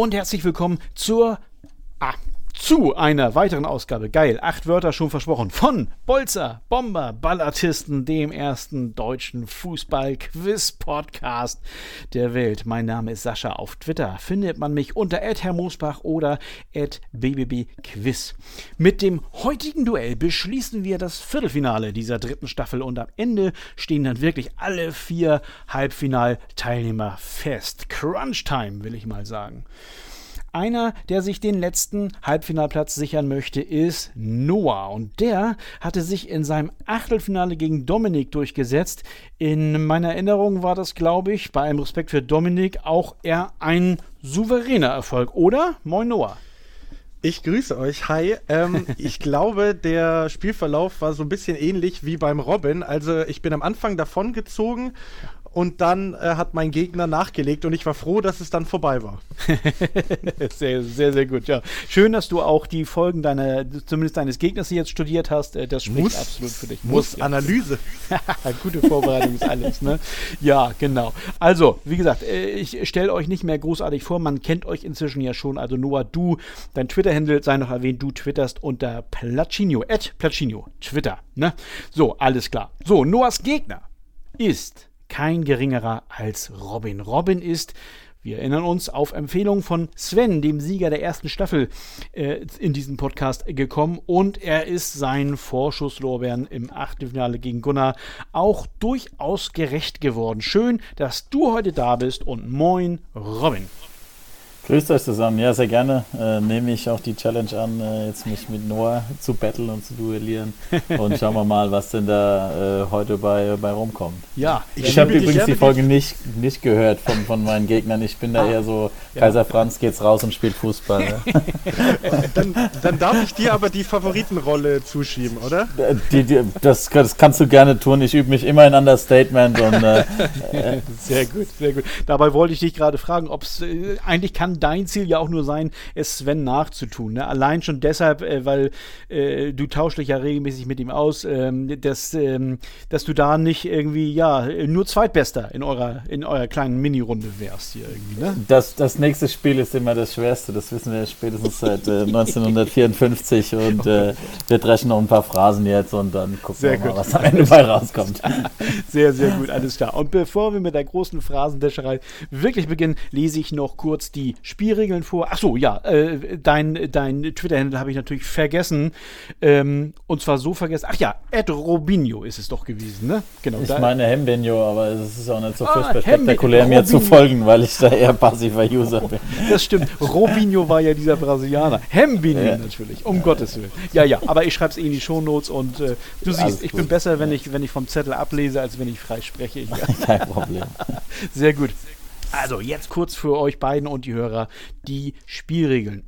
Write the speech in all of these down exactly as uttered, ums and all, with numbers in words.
und herzlich willkommen zur, ah, zu einer weiteren Ausgabe, geil, acht Wörter schon versprochen, von Bolzer, Bomber, Ballartisten, dem ersten deutschen Fußball-Quiz-Podcast der Welt. Mein Name ist Sascha. Auf Twitter findet man mich unter at herr moosbach oder at b b b quiz. Mit dem heutigen Duell beschließen wir das Viertelfinale dieser dritten Staffel und am Ende stehen dann wirklich alle vier Halbfinalteilnehmer fest. Crunch-Time, will ich mal sagen. Einer, der sich den letzten Halbfinalplatz sichern möchte, ist Noah. Und der hatte sich in seinem Achtelfinale gegen Dominik durchgesetzt. In meiner Erinnerung war das, glaube ich, bei allem Respekt für Dominik, auch eher ein souveräner Erfolg, oder? Moin Noah. Ich grüße euch, hi. Ähm, ich glaube, der Spielverlauf war so ein bisschen ähnlich wie beim Robin. Also ich bin am Anfang davon gezogen und dann äh, hat mein Gegner nachgelegt und ich war froh, dass es dann vorbei war. sehr, sehr, sehr gut, ja. Schön, dass du auch die Folgen deiner, zumindest deines Gegners hier jetzt studiert hast. Das spricht muss, absolut für dich. Muss, muss ja. Analyse. Gute Vorbereitung ist alles, ne? Ja, genau. Also, wie gesagt, ich stelle euch nicht mehr großartig vor, man kennt euch inzwischen ja schon. Also Noah, du, dein Twitter-Handle sei noch erwähnt, du twitterst unter Placino, at Placino, Twitter, ne? So, alles klar. So, Noahs Gegner ist kein geringerer als Robin. Robin ist, wir erinnern uns, auf Empfehlung von Sven, dem Sieger der ersten Staffel, äh, in diesen Podcast gekommen und er ist seinen Vorschusslorbeeren im Achtelfinale gegen Gunnar auch durchaus gerecht geworden. Schön, dass du heute da bist und moin, Robin. Grüßt euch zusammen, ja, sehr gerne. Äh, nehme ich auch die Challenge an, äh, jetzt mich mit Noah zu battlen und zu duellieren. Und schauen wir mal, was denn da äh, heute bei, bei rumkommt. Ja, ich, ich habe übrigens die Folge nicht, nicht gehört von, von meinen Gegnern. Ich bin da ah, eher so, ja. Kaiser Franz geht's raus und spielt Fußball. Ja. dann, dann darf ich dir aber die Favoritenrolle zuschieben, oder? Die, die, das, das kannst du gerne tun. Ich übe mich immer in Understatement. Und, äh, sehr gut, sehr gut. Dabei wollte ich dich gerade fragen, ob es äh, eigentlich kann dein Ziel ja auch nur sein, es Sven nachzutun. Ne? Allein schon deshalb, äh, weil äh, du tauschst dich ja regelmäßig mit ihm aus, ähm, dass, ähm, dass du da nicht irgendwie, ja, nur Zweitbester in eurer, in eurer kleinen Mini-Runde wärst hier irgendwie, ne? Das, das nächste Spiel ist immer das Schwerste, das wissen wir spätestens seit äh, neunzehnhundertvierundfünfzig und äh, wir dreschen noch ein paar Phrasen jetzt und dann gucken sehr wir mal, gut. was am Ende bei rauskommt. Sehr, sehr gut, alles klar. Und bevor wir mit der großen Phrasendrescherei wirklich beginnen, lese ich noch kurz die Spielregeln vor. Achso, ja, äh, dein, dein Twitter-Handle habe ich natürlich vergessen. Ähm, und zwar so vergessen. Ach ja, at Robinho ist es doch gewesen, ne? Genau. Ich da, meine Hembinho, aber es ist auch nicht so ah, furchtbar spektakulär, mir zu folgen, weil ich da eher passiver User bin. Das stimmt. Robinho war ja dieser Brasilianer. Hembinho ja. natürlich, um ja. Gottes Willen. Ja, ja, aber ich schreibe es eh in die Shownotes und äh, du siehst, Alles ich gut. bin besser, wenn, ja. ich, wenn ich vom Zettel ablese, als wenn ich frei spreche. Ja. Kein Problem. Sehr gut. Also, jetzt kurz für euch beiden und die Hörer die Spielregeln.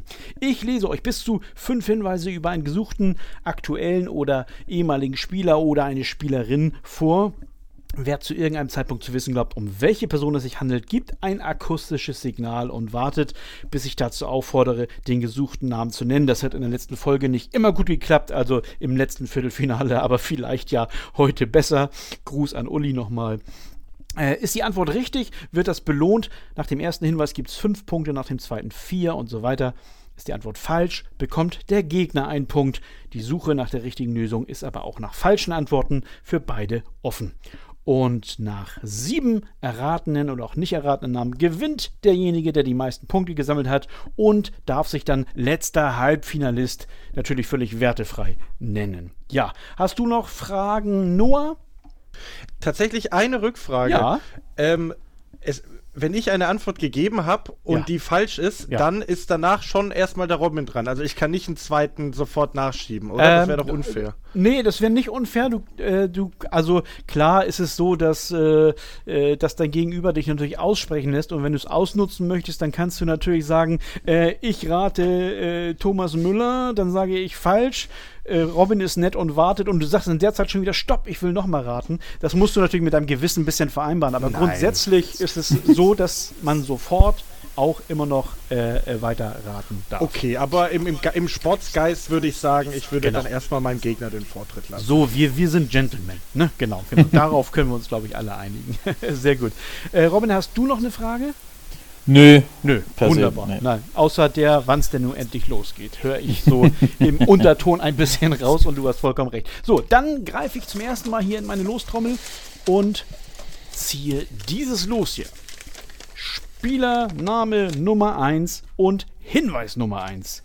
Ich lese euch bis zu fünf Hinweise über einen gesuchten, aktuellen oder ehemaligen Spieler oder eine Spielerin vor. Wer zu irgendeinem Zeitpunkt zu wissen glaubt, um welche Person es sich handelt, gibt ein akustisches Signal und wartet, bis ich dazu auffordere, den gesuchten Namen zu nennen. Das hat in der letzten Folge nicht immer gut geklappt, also im letzten Viertelfinale, aber vielleicht ja heute besser. Gruß an Uli nochmal. Äh, ist die Antwort richtig, wird das belohnt. Nach dem ersten Hinweis gibt es fünf Punkte, nach dem zweiten vier und so weiter. Ist die Antwort falsch, bekommt der Gegner einen Punkt. Die Suche nach der richtigen Lösung ist aber auch nach falschen Antworten für beide offen. Und nach sieben erratenen oder auch nicht erratenen Namen gewinnt derjenige, der die meisten Punkte gesammelt hat und darf sich dann letzter Halbfinalist natürlich völlig wertefrei nennen. Ja, hast du noch Fragen, Noah? Tatsächlich eine Rückfrage. Ja. Ähm, es, wenn ich eine Antwort gegeben habe und ja. die falsch ist, ja. dann ist danach schon erstmal der Robin dran. Also ich kann nicht einen zweiten sofort nachschieben, oder? Ähm, das wäre doch unfair. Nee, das wäre nicht unfair. Du, äh, du, also klar ist es so, dass, äh, dass dein Gegenüber dich natürlich aussprechen lässt und wenn du es ausnutzen möchtest, dann kannst du natürlich sagen, äh, ich rate äh, Thomas Müller, dann sage ich falsch. Robin ist nett und wartet und du sagst in der Zeit schon wieder, stopp, ich will nochmal raten. Das musst du natürlich mit deinem Gewissen ein bisschen vereinbaren, aber Nein. grundsätzlich ist es so, dass man sofort auch immer noch äh, weiter raten darf. Okay, aber im, im, im Sportsgeist würde ich sagen, ich würde genau. dann erstmal meinem Gegner den Vortritt lassen. So, wir, wir sind Gentlemen, ne? Genau, genau. Darauf können wir uns, glaube ich, alle einigen. Sehr gut. Äh, Robin, hast du noch eine Frage? Nö. Nö, per se, wunderbar. nee. Nein, außer der, wann es denn nun endlich losgeht, höre ich so im Unterton ein bisschen raus und du hast vollkommen recht. So, dann greife ich zum ersten Mal hier in meine Lostrommel und ziehe dieses Los hier. Spielername Nummer eins und Hinweis Nummer eins.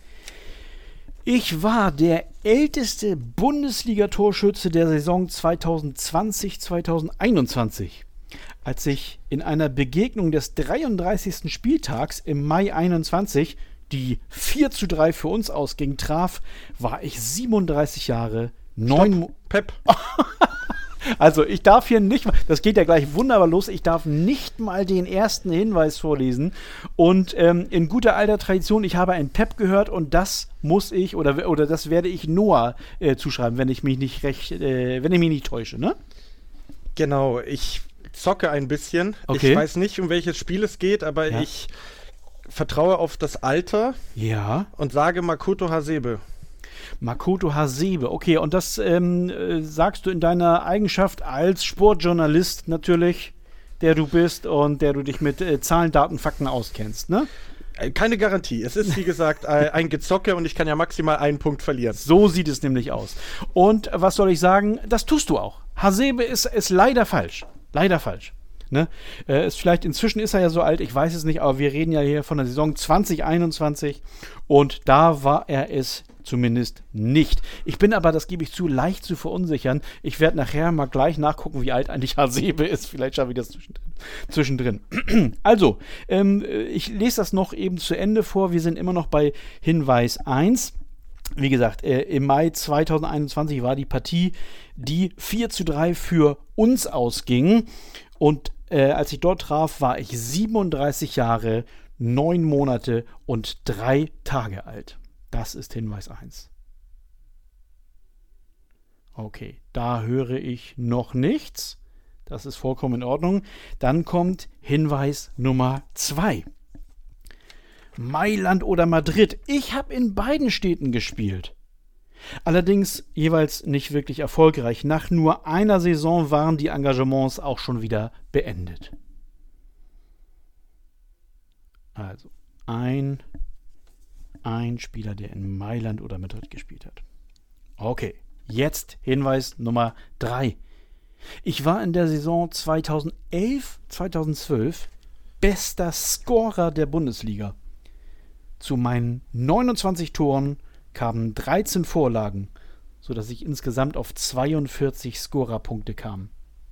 Ich war der älteste Bundesliga-Torschütze der Saison zwanzig zwanzig zweitausendeinundzwanzig. Als ich in einer Begegnung des dreiunddreißigsten Spieltags im Mai einundzwanzig, die vier zu drei für uns ausging, traf, war ich siebenunddreißig Jahre, neun Mo- Pep. Also ich darf hier nicht mal, das geht ja gleich wunderbar los, ich darf nicht mal den ersten Hinweis vorlesen. Und ähm, in guter alter Tradition, ich habe ein Pep gehört und das muss ich, oder, oder das werde ich Noah äh, zuschreiben, wenn ich mich nicht recht, äh, wenn ich mich nicht täusche, ne? Genau, ich zocke ein bisschen. Okay. Ich weiß nicht, um welches Spiel es geht, aber Ja. ich vertraue auf das Alter Ja. und sage Makoto Hasebe. Makoto Hasebe, okay, und das ähm, äh, sagst du in deiner Eigenschaft als Sportjournalist natürlich, der du bist und der du dich mit äh, Zahlen, Daten, Fakten auskennst, ne? Äh, Keine Garantie. Es ist, wie gesagt, äh, ein Gezocke und ich kann ja maximal einen Punkt verlieren. So sieht es nämlich aus. Und äh, was soll ich sagen? Das tust du auch. Hasebe ist, ist leider falsch. Leider falsch. Ne? Äh, ist vielleicht, inzwischen ist er ja so alt, ich weiß es nicht, aber wir reden ja hier von der Saison zwanzig einundzwanzig und da war er es zumindest nicht. Ich bin aber, das gebe ich zu, leicht zu verunsichern. Ich werde nachher mal gleich nachgucken, wie alt eigentlich Hasebe ist. Vielleicht schaffe ich das zwischendrin. zwischendrin. Also, ähm, ich lese das noch eben zu Ende vor. Wir sind immer noch bei Hinweis eins. Wie gesagt, äh, im Mai zweitausendeinundzwanzig war die Partie, die vier zu drei für uns ausging. Und äh, als ich dort traf, war ich siebenunddreißig Jahre, neun Monate und drei Tage alt. Das ist Hinweis eins. Okay, da höre ich noch nichts. Das ist vollkommen in Ordnung. Dann kommt Hinweis Nummer zwei. Mailand oder Madrid. Ich habe in beiden Städten gespielt. Allerdings jeweils nicht wirklich erfolgreich. Nach nur einer Saison waren die Engagements auch schon wieder beendet. Also ein, ein Spieler, der in Mailand oder Madrid gespielt hat. Okay, jetzt Hinweis Nummer drei. Ich war in der Saison zweitausendelf zweitausendzwölf bester Scorer der Bundesliga. Zu meinen neunundzwanzig Toren kamen dreizehn Vorlagen, sodass ich insgesamt auf zweiundvierzig Scorerpunkte kam.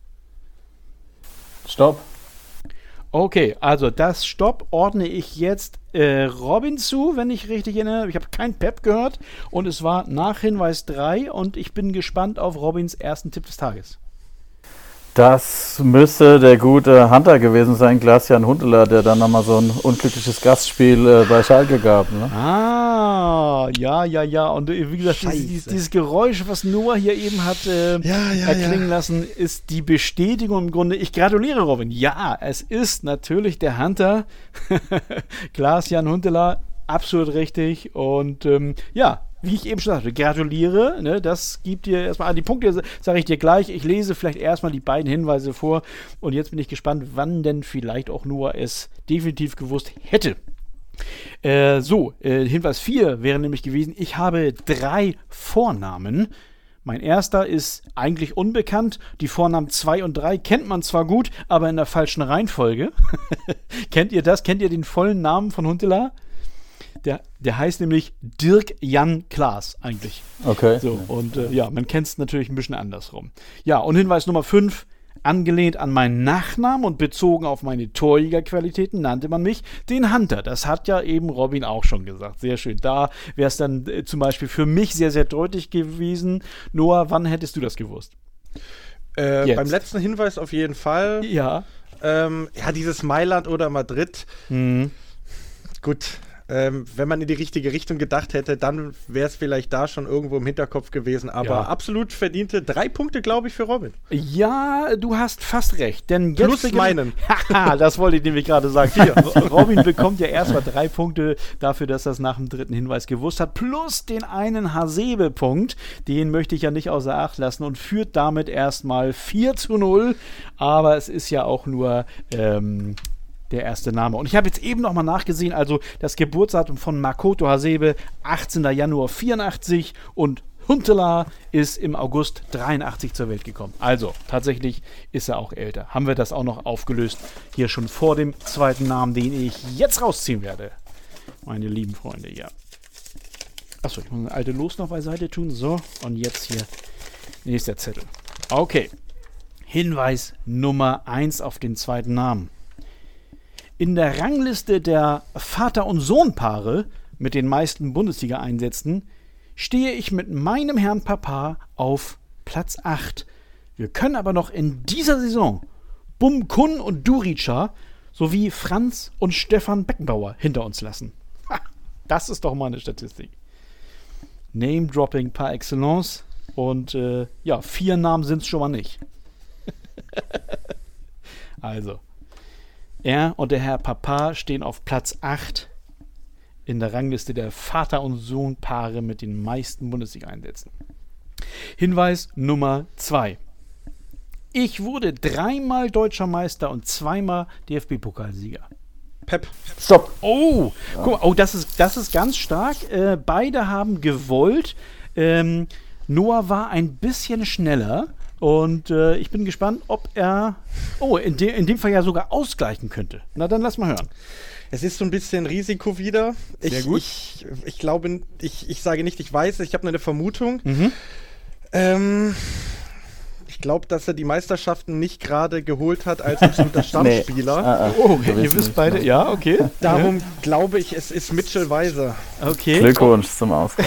Stopp. Okay, also das Stopp ordne ich jetzt äh, Robin zu, wenn ich richtig erinnere. Ich habe kein Pep gehört und es war nach Hinweis drei und ich bin gespannt auf Robins ersten Tipp des Tages. Das müsste der gute Hunter gewesen sein, Klaas-Jan Huntelaar, der dann nochmal so ein unglückliches Gastspiel äh, bei Schalke gab. Ne? Ah, ja, ja, ja. Und äh, wie gesagt, dieses, dieses, dieses Geräusch, was Noah hier eben hat äh, Ja, ja, erklingen ja. lassen, ist die Bestätigung im Grunde. Ich gratuliere, Robin. Ja, es ist natürlich der Hunter, Klaas-Jan Huntelaar, absolut richtig. Und ähm, ja, wie ich eben schon sagte, gratuliere, ne, das gibt dir erstmal an die Punkte, sage ich dir gleich. Ich lese vielleicht erstmal die beiden Hinweise vor und jetzt bin ich gespannt, wann denn vielleicht auch Noah es definitiv gewusst hätte. Äh, so, äh, Hinweis vier wäre nämlich gewesen, ich habe drei Vornamen. Mein erster ist eigentlich unbekannt. Die Vornamen zwei und drei kennt man zwar gut, aber in der falschen Reihenfolge. Kennt ihr das? Kennt ihr den vollen Namen von Huntelaar? Der, der heißt nämlich Dirk Jan Klaas eigentlich. Okay. So, und äh, ja, man kennt es natürlich ein bisschen andersrum. Ja, und Hinweis Nummer fünf, angelehnt an meinen Nachnamen und bezogen auf meine Torjägerqualitäten, nannte man mich den Hunter. Das hat ja eben Robin auch schon gesagt. Sehr schön. Da wäre es dann äh, zum Beispiel für mich sehr, sehr deutlich gewesen. Noah, wann hättest du das gewusst? Äh, Jetzt. beim letzten Hinweis auf jeden Fall. Ja. Ähm, ja, dieses Mailand oder Madrid. Mhm. Gut, ähm, wenn man in die richtige Richtung gedacht hätte, dann wäre es vielleicht da schon irgendwo im Hinterkopf gewesen. Aber Ja. absolut verdiente drei Punkte, glaube ich, für Robin. Ja, du hast fast recht. Denn jetzt Plus beginnt- meinen. Haha, das wollte ich nämlich gerade sagen. Hier, Robin bekommt ja erstmal drei Punkte dafür, dass er es nach dem dritten Hinweis gewusst hat. Plus den einen Hasebe-Punkt. Den möchte ich ja nicht außer Acht lassen und führt damit erstmal vier zu null. Aber es ist ja auch nur ähm, der erste Name. Und ich habe jetzt eben nochmal nachgesehen, also das Geburtsdatum von Makoto Hasebe, achtzehnter Januar vierundachtzig, und Huntelaar ist im August dreiundachtzig zur Welt gekommen. Also, tatsächlich ist er auch älter. Haben wir das auch noch aufgelöst, hier schon vor dem zweiten Namen, den ich jetzt rausziehen werde. Meine lieben Freunde, ja. Achso, ich muss eine alte Los noch beiseite tun. So, und jetzt hier nächster Zettel. Okay. Hinweis Nummer eins auf den zweiten Namen. In der Rangliste der Vater- und Sohnpaare mit den meisten Bundesliga-Einsätzen stehe ich mit meinem Herrn Papa auf Platz acht. Wir können aber noch in dieser Saison Bum Kun und Durica sowie Franz und Stefan Beckenbauer hinter uns lassen. Ha, das ist doch mal eine Statistik. Name-Dropping par excellence. Und äh, ja, vier Namen sind es schon mal nicht. Also, er und der Herr Papa stehen auf Platz acht in der Rangliste der Vater- und Sohnpaare mit den meisten Bundesliga-Einsätzen. Hinweis Nummer zwei. Ich wurde dreimal Deutscher Meister und zweimal D F B-Pokalsieger. Pep. Stopp. Oh, ja. Guck mal, oh, das ist, das ist ganz stark. Äh, beide haben gewollt. Ähm, Noah war ein bisschen schneller. Und äh, ich bin gespannt, ob er, oh, in, de, in dem Fall ja sogar ausgleichen könnte. Na, dann lass mal hören. Es ist so ein bisschen Risiko wieder. Sehr ich, gut. Ich, ich glaube, ich, ich sage nicht, ich weiß, ich habe nur eine Vermutung. Mhm. Ähm, ich glaube, dass er die Meisterschaften nicht gerade geholt hat als absoluter Stammspieler. Nee. Ah, ah. Oh, Du ihr willst wisst nicht, beide, ne? ja, okay. Darum glaube ich, es ist Mitchell Weiser. Okay. Glückwunsch zum Ausgleich.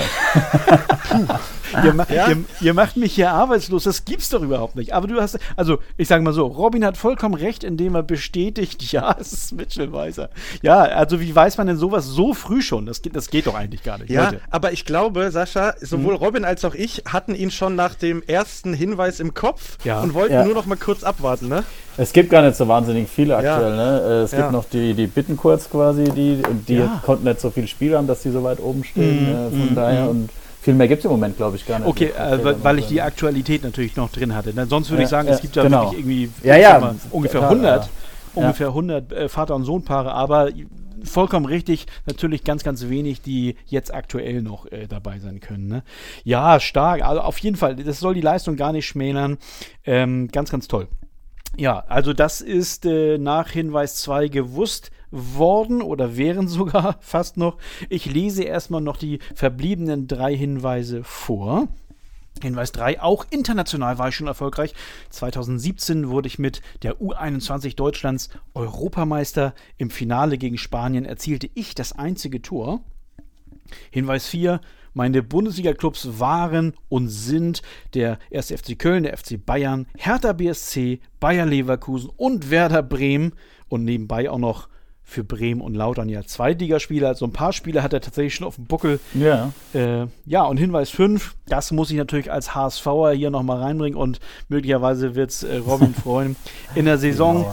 Ihr, ma Ja? ihr, ihr macht mich hier arbeitslos, das gibt's doch überhaupt nicht. Aber du hast, also ich sage mal so, Robin hat vollkommen recht, indem er bestätigt, ja, es ist Mitchell Weiser. Ja, also wie weiß man denn sowas so früh schon? Das geht, das geht doch eigentlich gar nicht. Ja, Leute. aber ich glaube, Sascha, sowohl Robin als auch ich hatten ihn schon nach dem ersten Hinweis im Kopf Ja. und wollten Ja. nur noch mal kurz abwarten, ne? Es gibt gar nicht so wahnsinnig viele Ja. aktuell. Ne? Äh, Es Ja. gibt noch die, die Bittencourts quasi, die, und die Ja. konnten nicht so viel Spiel haben, dass die so weit oben stehen. Mhm, äh, von mhm, daher. mhm. Und viel mehr gibt es im Moment, glaube ich, gar nicht. Okay, Das äh, weil, weil ich die Aktualität natürlich noch drin hatte. Ne? Sonst würde Ja, ich sagen, ja, es gibt ja genau. wirklich irgendwie Ja, ich ja, sag mal, ungefähr total, hundert, ja. ungefähr hundert äh, Vater- und Sohnpaare, aber vollkommen richtig, natürlich ganz, ganz wenig, die jetzt aktuell noch äh, dabei sein können. Ne? Ja, stark, also auf jeden Fall, das soll die Leistung gar nicht schmälern. Ähm, ganz, ganz toll. Ja, also das ist äh, nach Hinweis zwei gewusst worden oder wären sogar fast noch. Ich lese erstmal noch die verbliebenen drei Hinweise vor. Hinweis drei, auch international war ich schon erfolgreich. zweitausendsiebzehn wurde ich mit der U einundzwanzig Deutschlands Europameister. Im Finale gegen Spanien erzielte ich das einzige Tor. Hinweis vier, meine Bundesliga-Clubs waren und sind der erste F C Köln, der F C Bayern, Hertha B S C, Bayer Leverkusen und Werder Bremen und nebenbei auch noch für Bremen und Lautern ja Zweitligaspieler. Also ein paar Spiele hat er tatsächlich schon auf dem Buckel. Ja. Äh, ja, und Hinweis fünf, das muss ich natürlich als HSVer hier nochmal reinbringen und möglicherweise wird es äh, Robin freuen. In der Saison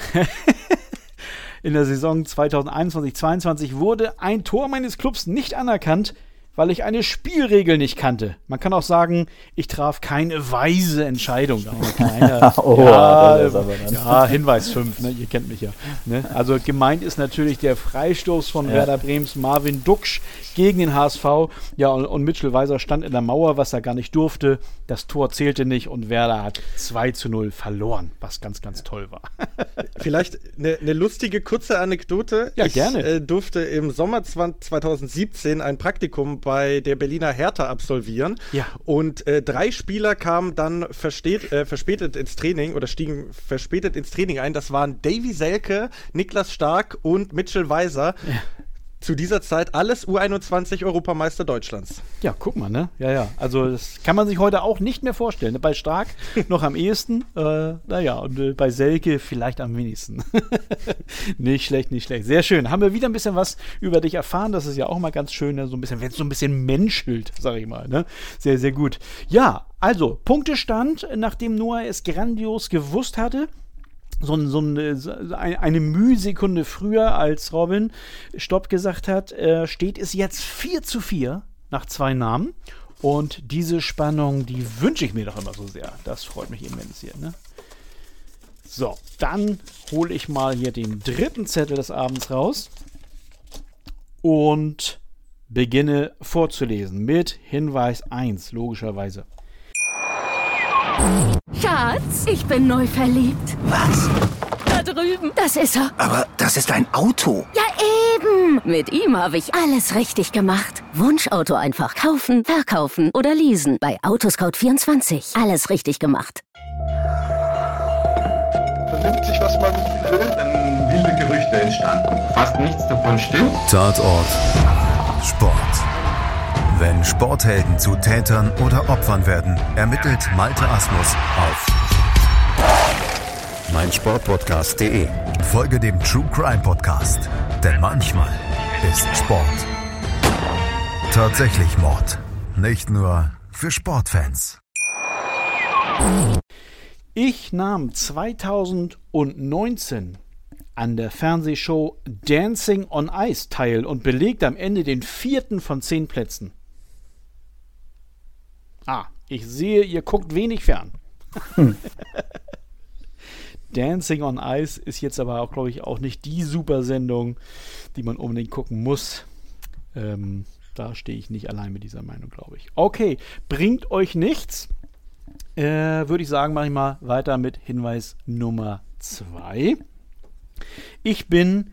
in der Saison zweitausendeinundzwanzig zweiundzwanzig wurde ein Tor meines Clubs nicht anerkannt, weil ich eine Spielregel nicht kannte. Man kann auch sagen, ich traf keine weise Entscheidung. Kleiner, Oh, ja, das ist aber dann- ja, Hinweis fünf, ne? Ihr kennt mich ja. Ne? Also gemeint ist natürlich der Freistoß von Ja. Werder Bremens Marvin Duksch gegen den H S V. Ja, und, und Mitchell Weiser stand in der Mauer, was er gar nicht durfte. Das Tor zählte nicht und Werder hat zwei zu null verloren, was ganz, ganz toll war. Vielleicht eine ne lustige, kurze Anekdote. Ja, ich gerne. Äh, durfte im Sommer zweitausendsiebzehn ein Praktikum bei der Berliner Hertha absolvieren. Ja. Und äh, drei Spieler kamen dann versteht, äh, verspätet ins Training oder stiegen verspätet ins Training ein. Das waren Davy Selke, Niklas Stark und Mitchell Weiser. Ja. Zu dieser Zeit alles U einundzwanzig Europameister Deutschlands. Ja, guck mal, ne? Ja, ja. Also das kann man sich heute auch nicht mehr vorstellen. Ne? Bei Stark noch am ehesten, äh, naja, und äh, bei Selke vielleicht am wenigsten. Nicht schlecht, nicht schlecht. Sehr schön. Haben wir wieder ein bisschen was über dich erfahren. Das ist ja auch mal ganz schön, ne? So ein bisschen, wenn es so ein bisschen menschelt, sag ich mal, ne? Sehr, sehr gut. Ja, also, Punktestand, nachdem Noah es grandios gewusst hatte. So, ein, so eine, so eine, eine Mühsekunde früher, als Robin Stopp gesagt hat, äh, steht es jetzt vier zu vier nach zwei Namen. Und diese Spannung, die wünsche ich mir doch immer so sehr. Das freut mich immens hier. Ne? So, dann hole ich mal hier den dritten Zettel des Abends raus und beginne vorzulesen mit Hinweis eins, logischerweise. Schatz, ich bin neu verliebt. Was? Da drüben. Das ist er. Aber das ist ein Auto. Ja, eben. Mit ihm habe ich alles richtig gemacht. Wunschauto einfach kaufen, verkaufen oder leasen. Bei Autoscout vierundzwanzig. Alles richtig gemacht. Vernimmt sich, was man will, dann wilde Gerüchte entstanden. Fast nichts davon stimmt. Tatort Sport. Wenn Sporthelden zu Tätern oder Opfern werden, ermittelt Malte Asmus auf meinsportpodcast punkt de. Folge dem True Crime Podcast, denn manchmal ist Sport tatsächlich Mord. Nicht nur für Sportfans. Ich nahm zweitausendneunzehn an der Fernsehshow Dancing on Ice teil und belegte am Ende den vierten von zehn Plätzen. Ah, ich sehe, ihr guckt wenig fern. Hm. Dancing on Ice ist jetzt aber auch, glaube ich, auch nicht die Supersendung, die man unbedingt gucken muss. Ähm, da stehe ich nicht allein mit dieser Meinung, glaube ich. Okay, bringt euch nichts. Äh, würde ich sagen, mache ich mal weiter mit Hinweis Nummer zwei. Ich bin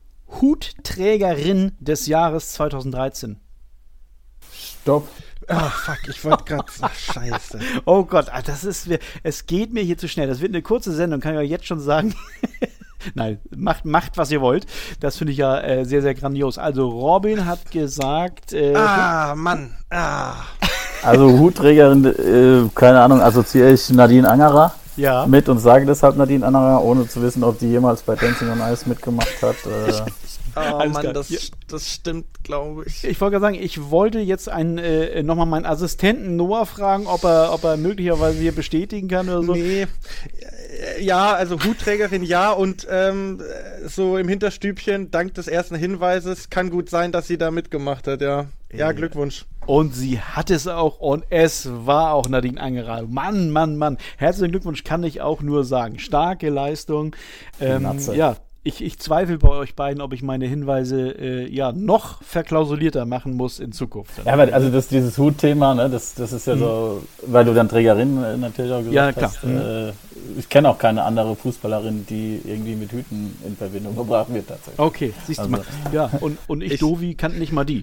Hutträgerin des Jahres zweitausenddreizehn. Stopp. Ah, fuck, ich wollte gerade. Scheiße. Oh Gott, ah, das ist. Es geht mir hier zu schnell. Das wird eine kurze Sendung, kann ich euch jetzt schon sagen. Nein, macht, macht, was ihr wollt. Das finde ich ja äh, sehr, sehr grandios. Also, Robin hat gesagt. Äh, ah, Mann. Ah. Also, Hutträgerin, äh, keine Ahnung, assoziiere ich Nadine Angerer ja. mit und sage deshalb Nadine Angerer, ohne zu wissen, ob die jemals bei Dancing on Ice mitgemacht hat. Äh, Oh Mann, das, das stimmt, glaube ich. Ich wollte gerade sagen, ich wollte jetzt einen, äh, nochmal meinen Assistenten Noah fragen, ob er, ob er möglicherweise hier bestätigen kann oder so. Nee, ja, also Hutträgerin ja und ähm, so im Hinterstübchen, dank des ersten Hinweises, kann gut sein, dass sie da mitgemacht hat, ja. Ja, Glückwunsch. Und sie hat es auch und es war auch Nadine Angerer. Mann, Mann, Mann. Herzlichen Glückwunsch, kann ich auch nur sagen. Starke Leistung. Ähm, ja. Ich, ich zweifle bei euch beiden, ob ich meine Hinweise äh, ja noch verklausulierter machen muss in Zukunft. Ja, aber also das, dieses Hut-Thema, ne, das, das ist ja mhm. so, weil du dann Trägerin äh, natürlich auch gesagt ja, klar. hast. Äh, ich kenne auch keine andere Fußballerin, die irgendwie mit Hüten in Verbindung gebracht wird tatsächlich. Okay, siehst also, du mal. Ja, und, und ich, ich Dovi, kannte nicht mal die.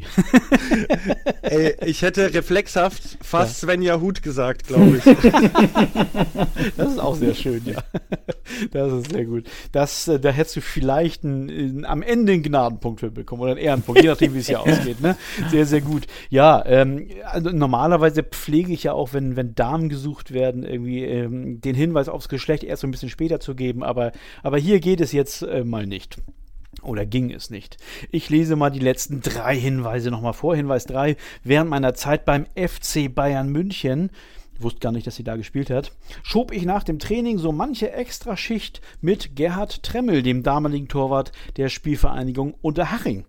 Ey, ich hätte reflexhaft fast ja. Svenja Huth gesagt, glaube ich. Das ist auch sehr schön, ja. Das ist sehr gut. Das, da hättest du vielleicht einen, einen, am Ende einen Gnadenpunkt für bekommen oder einen Ehrenpunkt, je nachdem, wie es hier ausgeht. Ne? Sehr, sehr gut. Ja, ähm, also normalerweise pflege ich ja auch, wenn, wenn Damen gesucht werden, irgendwie ähm, den Hinweis aufs Geschlecht erst so ein bisschen später zu geben, aber, aber hier geht es jetzt äh, mal nicht. Oder ging es nicht. Ich lese mal die letzten drei Hinweise nochmal vor. Hinweis drei. Während meiner Zeit beim F C Bayern München, ich wusste gar nicht, dass sie da gespielt hat, schob ich nach dem Training so manche Extraschicht mit Gerhard Tremmel, dem damaligen Torwart der Spielvereinigung Unterhaching.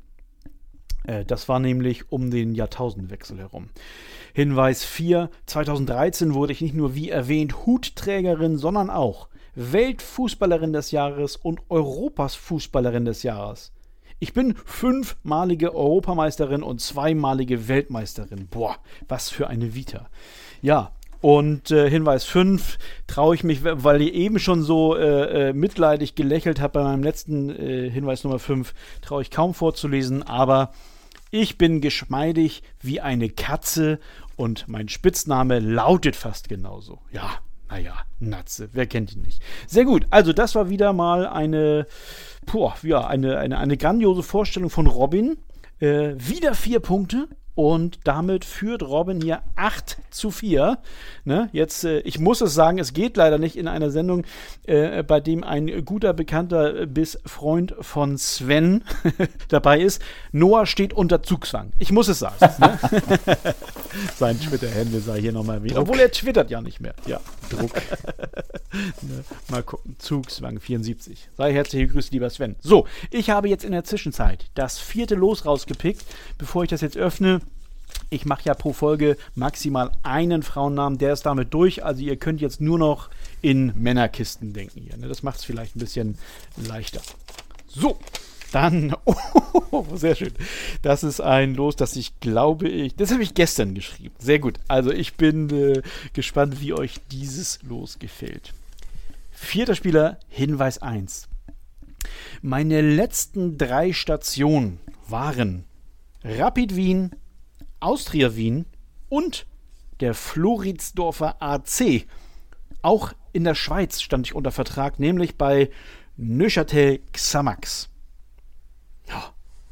Äh, das war nämlich um den Jahrtausendwechsel herum. Hinweis vier. zweitausenddreizehn wurde ich nicht nur, wie erwähnt, Hutträgerin, sondern auch Weltfußballerin des Jahres und Europas Fußballerin des Jahres. Ich bin fünfmalige Europameisterin und zweimalige Weltmeisterin. Boah, was für eine Vita. Ja, und äh, Hinweis fünf, traue ich mich, weil ihr eben schon so äh, äh, mitleidig gelächelt habt bei meinem letzten äh, Hinweis Nummer fünf, traue ich kaum vorzulesen, aber ich bin geschmeidig wie eine Katze und mein Spitzname lautet fast genauso. Ja, naja, Natze, wer kennt ihn nicht? Sehr gut, also das war wieder mal eine, boah, ja, eine, eine, eine grandiose Vorstellung von Robin. Äh, wieder vier Punkte. Und damit führt Robin hier acht zu vier. Ne? Jetzt, äh, ich muss es sagen, es geht leider nicht in einer Sendung, äh, bei dem ein guter Bekannter bis Freund von Sven dabei ist. Noah steht unter Zugzwang. Ich muss es sagen. Ne? Sein Twitter-Handle sei hier nochmal wieder. Obwohl er twittert ja nicht mehr. Ja, Druck. Ne? Mal gucken. Zugzwang vierundsiebzig. Sei herzlich gegrüßt, lieber Sven. So, ich habe jetzt in der Zwischenzeit das vierte Los rausgepickt. Bevor ich das jetzt öffne, ich mache ja pro Folge maximal einen Frauennamen, der ist damit durch. Also ihr könnt jetzt nur noch in Männerkisten denken hier. Ne? Das macht es vielleicht ein bisschen leichter. So, dann, oh, sehr schön. Das ist ein Los, das ich glaube, ich, das habe ich gestern geschrieben. Sehr gut. Also ich bin äh, gespannt, wie euch dieses Los gefällt. Vierter Spieler, Hinweis eins. Meine letzten drei Stationen waren Rapid Wien, Austria Wien und der Floridsdorfer A C. Auch in der Schweiz stand ich unter Vertrag, nämlich bei Neuchâtel Xamax. Ja.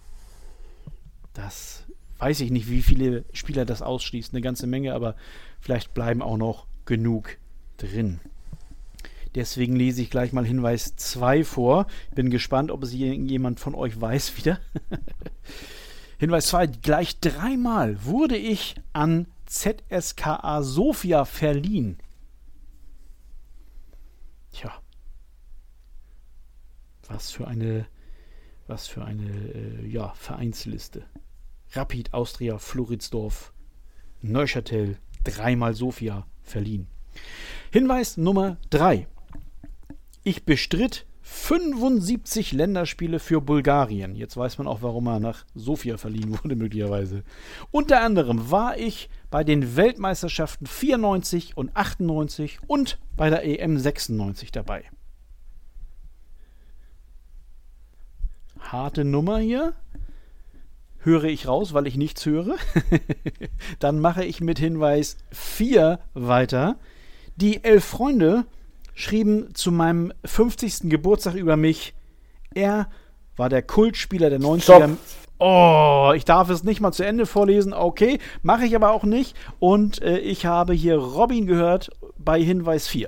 Das weiß ich nicht, wie viele Spieler das ausschließt. Eine ganze Menge, aber vielleicht bleiben auch noch genug drin. Deswegen lese ich gleich mal Hinweis zwei vor. Bin gespannt, ob es jemand von euch weiß wieder. Hinweis zwei. Gleich dreimal wurde ich an Z S K A Sofia verliehen. Tja. Was für eine, was für eine äh, ja, Vereinsliste. Rapid, Austria, Floridsdorf, Neuchâtel, dreimal Sofia verliehen. Hinweis Nummer drei. Ich bestritt fünfundsiebzig Länderspiele für Bulgarien. Jetzt weiß man auch, warum er nach Sofia verliehen wurde, möglicherweise. Unter anderem war ich bei den Weltmeisterschaften vierundneunzig und achtundneunzig und bei der E M sechsundneunzig dabei. Harte Nummer hier. Höre ich raus, weil ich nichts höre. Dann mache ich mit Hinweis vier weiter. Die elf Freunde schrieben zu meinem fünfzigsten Geburtstag über mich, er war der Kultspieler der neunziger. Stop. Oh, ich darf es nicht mal zu Ende vorlesen. Okay, mache ich aber auch nicht. Und äh, ich habe hier Robin gehört bei Hinweis vier.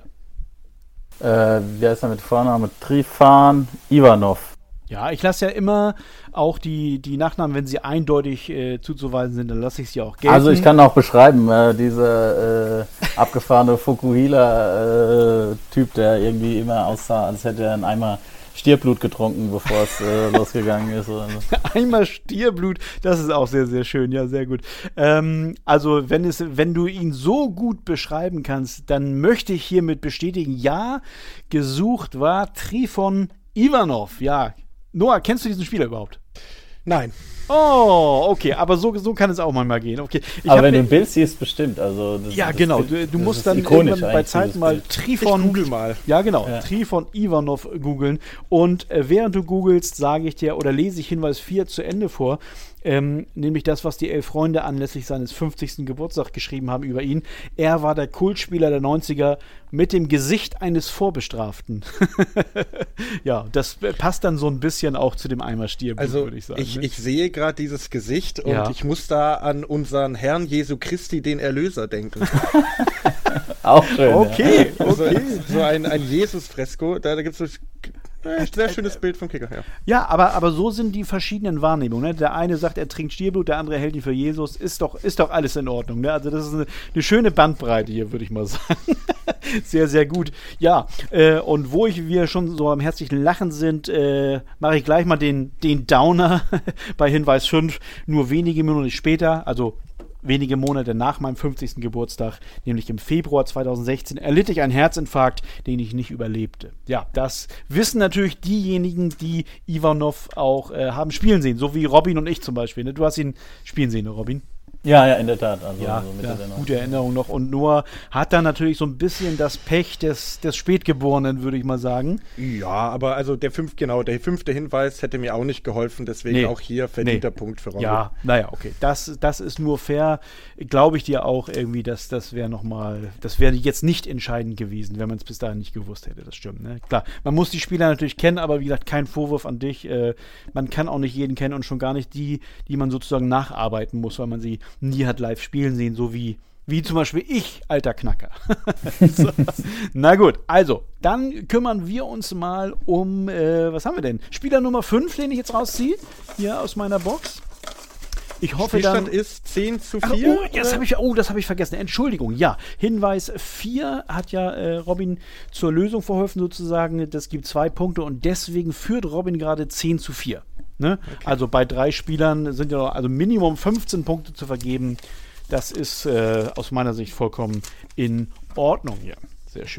Äh, wie heißt er mit Vorname? Trifan Ivanov. Ja, ich lasse ja immer auch die, die Nachnamen, wenn sie eindeutig äh, zuzuweisen sind, dann lasse ich sie auch gelten. Also ich kann auch beschreiben, äh, dieser äh, abgefahrene Fukuhila-Typ, äh, der irgendwie immer aussah, als hätte er einen Eimer Stierblut getrunken, bevor es äh, losgegangen ist. Oder so. Eimer Stierblut, das ist auch sehr, sehr schön, ja, sehr gut. Ähm, also wenn, es, wenn du ihn so gut beschreiben kannst, dann möchte ich hiermit bestätigen, ja, gesucht war Trifon Ivanov, ja. Noah, kennst du diesen Spieler überhaupt? Nein. Oh, okay, aber so, so kann es auch manchmal gehen. Okay. Ich aber wenn ne, du ein Bild siehst, bestimmt. Also das, ja, das genau. Bild, du du musst dann irgendwann bei Zeiten mal Trifon. Ich google mal. Ja, genau. Ja. Trifon Ivanov googeln. Und äh, während du googelst, sage ich dir oder lese ich Hinweis vier zu Ende vor. Ähm, nämlich das, was die elf Freunde anlässlich seines fünfzigsten Geburtstags geschrieben haben über ihn. Er war der Kultspieler der neunziger mit dem Gesicht eines Vorbestraften. Ja, das passt dann so ein bisschen auch zu dem Eimer Stierblut, also würde ich sagen. Ich, ne? ich sehe gerade dieses Gesicht und ja. ich muss da an unseren Herrn Jesu Christi, den Erlöser, denken. Auch schön. Okay, ja. okay. Also, so ein, ein Jesus-Fresko, da, da gibt es so ein sehr schönes Bild vom Kicker, ja. Ja, aber, aber so sind die verschiedenen Wahrnehmungen. Ne? Der eine sagt, er trinkt Stierblut, der andere hält ihn für Jesus. Ist doch, ist doch alles in Ordnung. Ne? Also das ist eine, eine schöne Bandbreite hier, würde ich mal sagen. Sehr, sehr gut. Ja, äh, und wo ich, wir schon so am herzlichen Lachen sind, äh, mache ich gleich mal den, den Downer bei Hinweis fünf. Nur wenige Minuten später, also wenige Monate nach meinem fünfzigsten Geburtstag, nämlich im Februar zweitausendsechzehn, erlitt ich einen Herzinfarkt, den ich nicht überlebte. Ja, das wissen natürlich diejenigen, die Ivanov auch äh, haben spielen sehen, so wie Robin und ich zum Beispiel. Ne? Du hast ihn spielen sehen, ne, Robin? Ja, ja, in der Tat. Also, ja, also Mitte ja der gute Erinnerung noch. Und Noah hat dann natürlich so ein bisschen das Pech des, des Spätgeborenen, würde ich mal sagen. Ja, aber also der fünf, genau, der fünfte Hinweis hätte mir auch nicht geholfen, deswegen nee. auch hier verdienter nee. Punkt für Robin. Ja, naja, okay. Das, das ist nur fair. Glaube ich dir auch irgendwie, dass das wäre nochmal, das wäre jetzt nicht entscheidend gewesen, wenn man es bis dahin nicht gewusst hätte. Das stimmt, ne? Klar, man muss die Spieler natürlich kennen, aber wie gesagt, kein Vorwurf an dich. Äh, man kann auch nicht jeden kennen und schon gar nicht die, die man sozusagen nacharbeiten muss, weil man sie nie hat live spielen sehen, so wie, wie zum Beispiel ich, alter Knacker. So. Na gut, also, dann kümmern wir uns mal um, äh, was haben wir denn? Spieler Nummer fünf, den ich jetzt rausziehe, hier aus meiner Box. Ich hoffe Spielstand dann, ist zehn zu Ach, vier. oh, das habe ich, oh, das hab ich vergessen. Entschuldigung, ja. Hinweis vier hat ja äh, Robin zur Lösung verholfen sozusagen. Das gibt zwei Punkte und deswegen führt Robin gerade zehn zu vier. Ne? Okay. Also bei drei Spielern sind ja noch also Minimum fünfzehn Punkte zu vergeben. Das ist äh, aus meiner Sicht vollkommen in Ordnung hier. Sehr schön.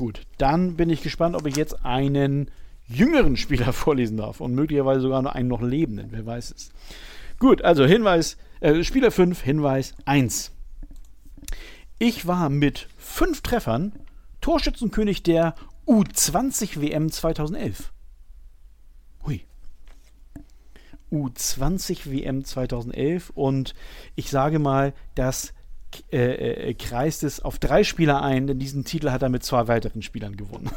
Gut, dann bin ich gespannt, ob ich jetzt einen jüngeren Spieler vorlesen darf und möglicherweise sogar noch einen noch lebenden, wer weiß es. Gut, also Hinweis, äh, Spieler fünf, Hinweis eins. Ich war mit fünf Treffern Torschützenkönig der U zwanzig W M zweitausendelf. Hui. U zwanzig W M zweitausendelf und ich sage mal, das äh, äh, kreist es auf drei Spieler ein, denn diesen Titel hat er mit zwei weiteren Spielern gewonnen.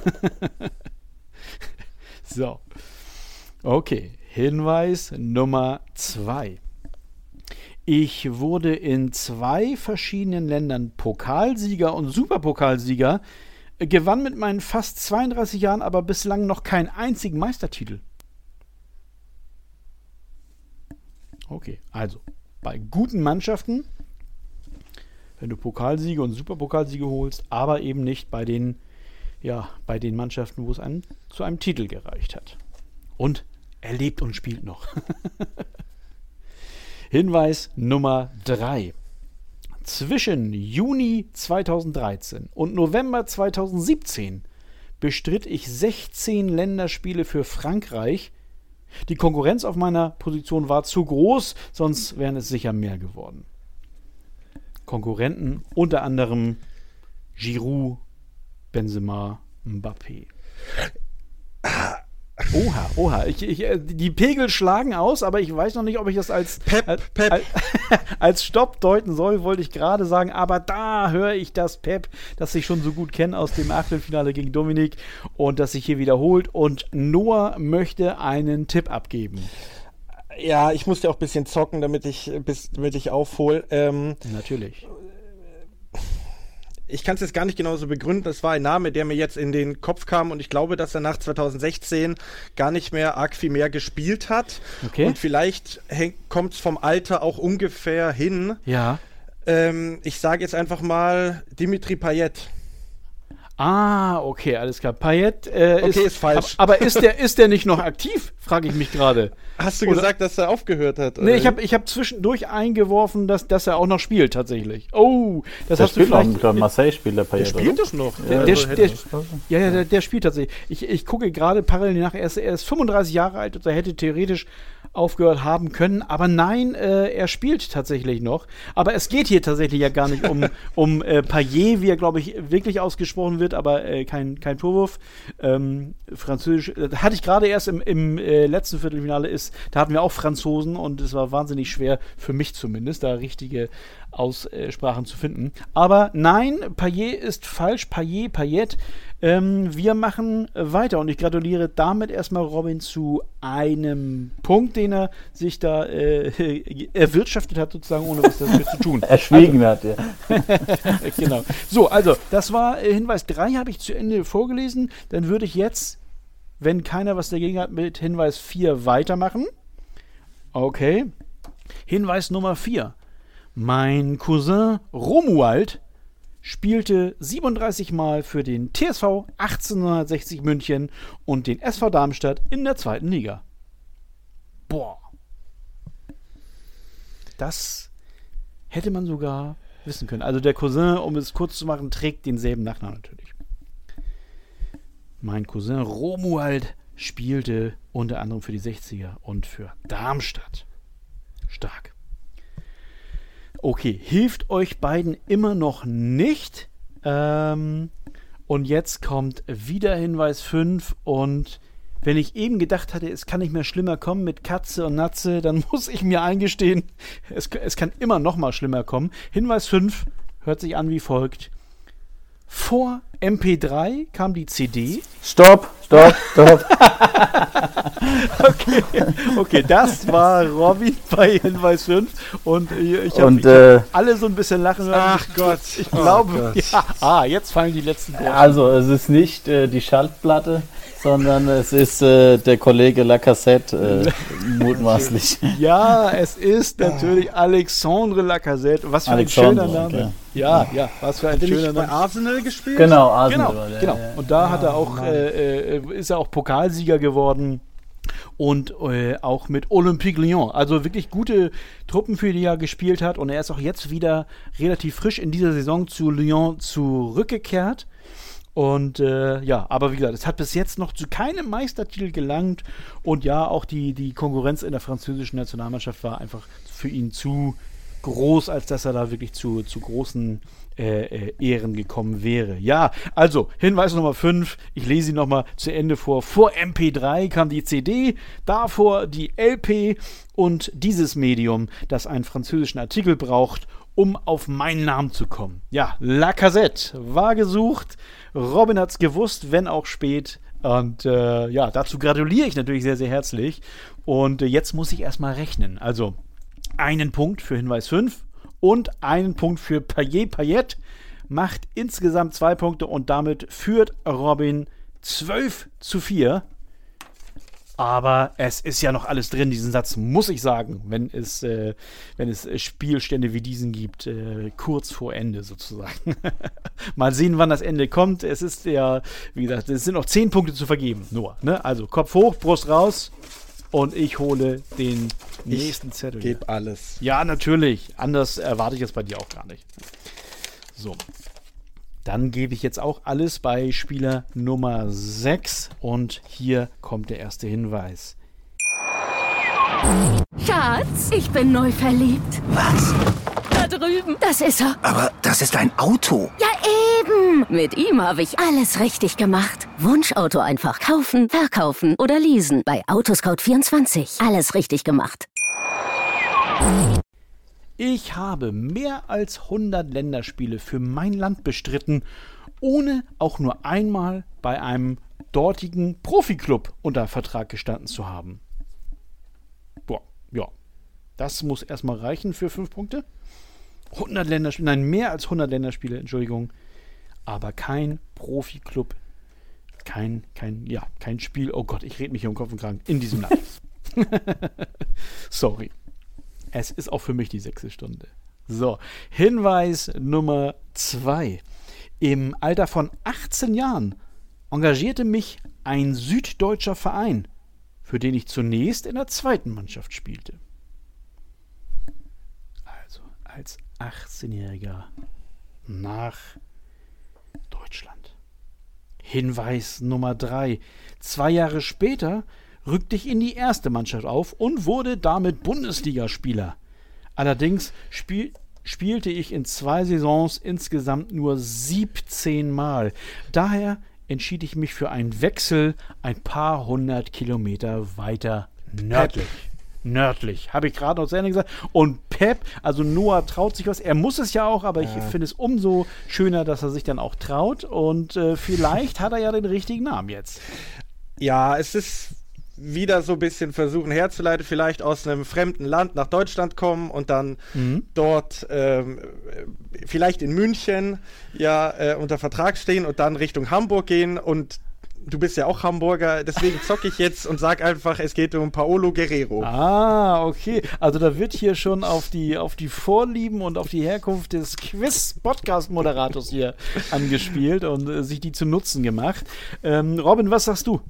So. Okay, Hinweis Nummer zwei. Ich wurde in zwei verschiedenen Ländern Pokalsieger und Superpokalsieger, gewann mit meinen fast zweiunddreißig Jahren aber bislang noch keinen einzigen Meistertitel. Okay, also bei guten Mannschaften, wenn du Pokalsiege und Superpokalsiege holst, aber eben nicht bei den, ja, bei den Mannschaften, wo es einen zu einem Titel gereicht hat. Und er lebt und spielt noch. Hinweis Nummer drei. Zwischen Juni zweitausenddreizehn und November zweitausendsiebzehn bestritt ich sechzehn Länderspiele für Frankreich. Die Konkurrenz auf meiner Position war zu groß, sonst wären es sicher mehr geworden. Konkurrenten unter anderem Giroud, Benzema, Mbappé. Oha, oha. Ich, ich, die Pegel schlagen aus, aber ich weiß noch nicht, ob ich das als, Pep, als, Pep. als, als Stopp deuten soll, wollte ich gerade sagen. Aber da höre ich das Pep, das ich schon so gut kenne aus dem Achtelfinale gegen Dominik und das sich hier wiederholt. Und Noah möchte einen Tipp abgeben. Ja, ich musste auch ein bisschen zocken, damit ich, bis, damit ich aufhole. Ähm, Natürlich. Ich kann es jetzt gar nicht genauso begründen. Das war ein Name, der mir jetzt in den Kopf kam und ich glaube, dass er nach zweitausendsechzehn gar nicht mehr arg viel mehr gespielt hat. Okay. Und vielleicht kommt es vom Alter auch ungefähr hin. Ja. Ähm, ich sage jetzt einfach mal Dimitri Payet. Ah, okay, alles klar. Payet äh, Okay, ist, ist falsch. Aber, aber ist der, ist der nicht noch aktiv? Frage ich mich gerade. Hast du Oder- gesagt, dass er aufgehört hat? Nee, ich habe ich hab zwischendurch eingeworfen, dass, dass er auch noch spielt, tatsächlich. Oh, das Der hast du spielt noch, vielleicht... ich glaube, Marseille spielt der Payet, Spielt oder? das noch? Der, Ja, der, also der, hätte- ja, ja, der, der spielt tatsächlich. Ich, ich gucke gerade parallel nach. Er ist, er ist fünfunddreißig Jahre alt und er hätte theoretisch aufgehört haben können. Aber nein, äh, er spielt tatsächlich noch. Aber es geht hier tatsächlich ja gar nicht um, um äh, Payet, wie er, glaube ich, wirklich ausgesprochen wird, aber äh, kein, kein Vorwurf. Ähm, Französisch, äh, hatte ich gerade erst im, im äh, letzten Viertelfinale, ist, da hatten wir auch Franzosen und es war wahnsinnig schwer, für mich zumindest, da richtige Aussprachen zu finden. Aber nein, Payet ist falsch. Payet, Payet. Ähm, wir machen weiter und ich gratuliere damit erstmal Robin zu einem Punkt, den er sich da äh, erwirtschaftet hat, sozusagen, ohne was dafür zu tun. Erschwiegen hat, ja. Genau. So, also, das war äh, Hinweis drei, habe ich zu Ende vorgelesen. Dann würde ich jetzt, wenn keiner was dagegen hat, mit Hinweis vier weitermachen. Okay. Hinweis Nummer vier. Mein Cousin Romuald spielte siebenunddreißig Mal für den T S V achtzehnhundertsechzig München und den S V Darmstadt in der zweiten Liga. Boah. Das hätte man sogar wissen können. Also der Cousin, um es kurz zu machen, trägt denselben Nachnamen natürlich. Mein Cousin Romuald spielte unter anderem für die sechziger und für Darmstadt. Stark. Okay, hilft euch beiden immer noch nicht. Ähm, und jetzt kommt wieder Hinweis fünf. Und wenn ich eben gedacht hatte, es kann nicht mehr schlimmer kommen mit Katze und Natze, dann muss ich mir eingestehen, es, es kann immer noch mal schlimmer kommen. Hinweis fünf hört sich an wie folgt. Vor M P drei kam die C D. Stopp, stopp, stopp. Okay, okay, das war Robin bei Hinweis fünf und ich habe Und, äh, äh, alle so ein bisschen lachen hören. Ach Gott. Ich glaube, Oh Gott. ja, ah, jetzt fallen die letzten großen. Also, es ist nicht äh, die Schaltplatte, sondern es ist äh, der Kollege Lacassette, äh, mutmaßlich. Ja, es ist natürlich Alexandre Lacazette. Was für ein Alexandre, schöner Name. okay. Ja, ja, was für ein Hat er schöner nicht bei Name. Arsenal gespielt? Genau, Arsenal Genau, war der, genau. ja, ja. Und da hat er auch, Mann. äh, äh, ist er auch Pokalsieger geworden. Und äh, auch mit Olympique Lyon. Also wirklich gute Truppen, für die er gespielt hat. Und er ist auch jetzt wieder relativ frisch in dieser Saison zu Lyon zurückgekehrt. Und äh, ja, aber wie gesagt, es hat bis jetzt noch zu keinem Meistertitel gelangt. Und ja, auch die, die Konkurrenz in der französischen Nationalmannschaft war einfach für ihn zu groß, als dass er da wirklich zu, zu großen äh, äh, Ehren gekommen wäre. Ja, also Hinweis Nummer fünf, ich lese ihn nochmal zu Ende vor. Vor M P drei kam die C D, davor die L P und dieses Medium, das einen französischen Artikel braucht, um auf meinen Namen zu kommen. Ja, Lacazette war gesucht, Robin hat's gewusst, wenn auch spät. Und äh, ja, dazu gratuliere ich natürlich sehr, sehr herzlich. Und äh, jetzt muss ich erstmal rechnen. Also einen Punkt für Hinweis fünf und einen Punkt für Payet. Payet macht insgesamt zwei Punkte und damit führt Robin zwölf zu vier. Aber es ist ja noch alles drin, diesen Satz, muss ich sagen, wenn es, äh, wenn es Spielstände wie diesen gibt, äh, kurz vor Ende sozusagen. Mal sehen, wann das Ende kommt. Es ist ja, wie gesagt, es sind noch zehn Punkte zu vergeben, nur. Ne? Also Kopf hoch, Brust raus und ich hole den nächsten ich Zettel. Ich gebe alles. Ja, natürlich. Anders erwarte ich es bei dir auch gar nicht. So. Dann gebe ich jetzt auch alles bei Spieler Nummer sechs und hier kommt der erste Hinweis. Schatz, ich bin neu verliebt. Was? Da drüben. Das ist er. Aber das ist ein Auto. Ja, eben. Mit ihm habe ich alles richtig gemacht. Wunschauto einfach kaufen, verkaufen oder leasen. Bei Autoscout vierundzwanzig. Alles richtig gemacht. Ich habe mehr als hundert Länderspiele für mein Land bestritten, ohne auch nur einmal bei einem dortigen Profiklub unter Vertrag gestanden zu haben. Boah, ja. Das muss erstmal reichen für fünf Punkte. hundert Länderspiele, nein, mehr als hundert Länderspiele, Entschuldigung. Aber kein Profiklub, kein, kein, ja, kein Spiel, oh Gott, ich rede mich hier um Kopf und Kragen, in diesem Land. Sorry. Es ist auch für mich die sechste Stunde. So, Hinweis Nummer zwei. Im Alter von achtzehn Jahren engagierte mich ein süddeutscher Verein, für den ich zunächst in der zweiten Mannschaft spielte. Also als achtzehnjähriger nach Deutschland. Hinweis Nummer drei. Zwei Jahre später rückte ich in die erste Mannschaft auf und wurde damit Bundesligaspieler. Allerdings spiel, spielte ich in zwei Saisons insgesamt nur siebzehn Mal. Daher entschied ich mich für einen Wechsel ein paar hundert Kilometer weiter nördlich. Nördlich, habe ich gerade noch zu Ende gesagt. Und Pep, also Noah traut sich was. Er muss es ja auch, aber ich ja. finde es umso schöner, dass er sich dann auch traut. Und äh, vielleicht hat er ja den richtigen Namen jetzt. Ja, es ist wieder so ein bisschen versuchen herzuleiten, vielleicht aus einem fremden Land nach Deutschland kommen und dann mhm. dort ähm, vielleicht in München ja äh, unter Vertrag stehen und dann Richtung Hamburg gehen und du bist ja auch Hamburger, deswegen zocke ich jetzt und sag einfach, es geht um Paolo Guerrero. Ah, okay. Also da wird hier schon auf die, auf die Vorlieben und auf die Herkunft des Quiz-Podcast-Moderators hier angespielt und äh, sich die zu Nutzen gemacht. Ähm, Robin, was sagst du?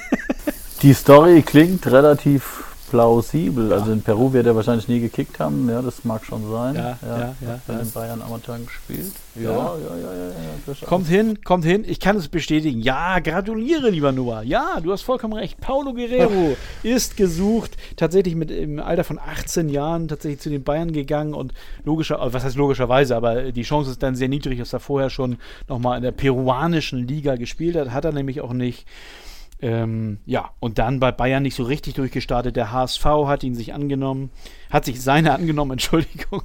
Die Story klingt relativ plausibel. Ja. Also in Peru wird er wahrscheinlich nie gekickt haben. Ja, das mag schon sein. Ja, ja, ja. ja bei ja. den Bayern Amateuren gespielt. Ja, ja, ja, ja. ja, ja kommt hin, kommt hin. Ich kann es bestätigen. Ja, gratuliere, lieber Noah. Ja, du hast vollkommen recht. Paolo Guerrero ist gesucht. Tatsächlich mit im Alter von achtzehn Jahren tatsächlich zu den Bayern gegangen und logischer, was heißt logischerweise, aber die Chance ist dann sehr niedrig, dass er vorher schon nochmal in der peruanischen Liga gespielt hat. Hat er nämlich auch nicht. Ähm, ja, und dann bei Bayern nicht so richtig durchgestartet. Der H S V hat ihn sich angenommen, hat sich seine angenommen, Entschuldigung.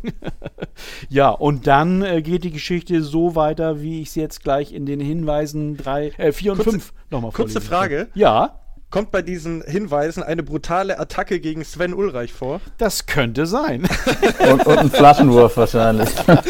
Ja, und dann äh, geht die Geschichte so weiter, wie ich es jetzt gleich in den Hinweisen drei, äh, vier und fünf nochmal vorlese. Kurze Frage. Ja. Kommt bei diesen Hinweisen eine brutale Attacke gegen Sven Ulreich vor? Das könnte sein. Und, und ein Flaschenwurf wahrscheinlich.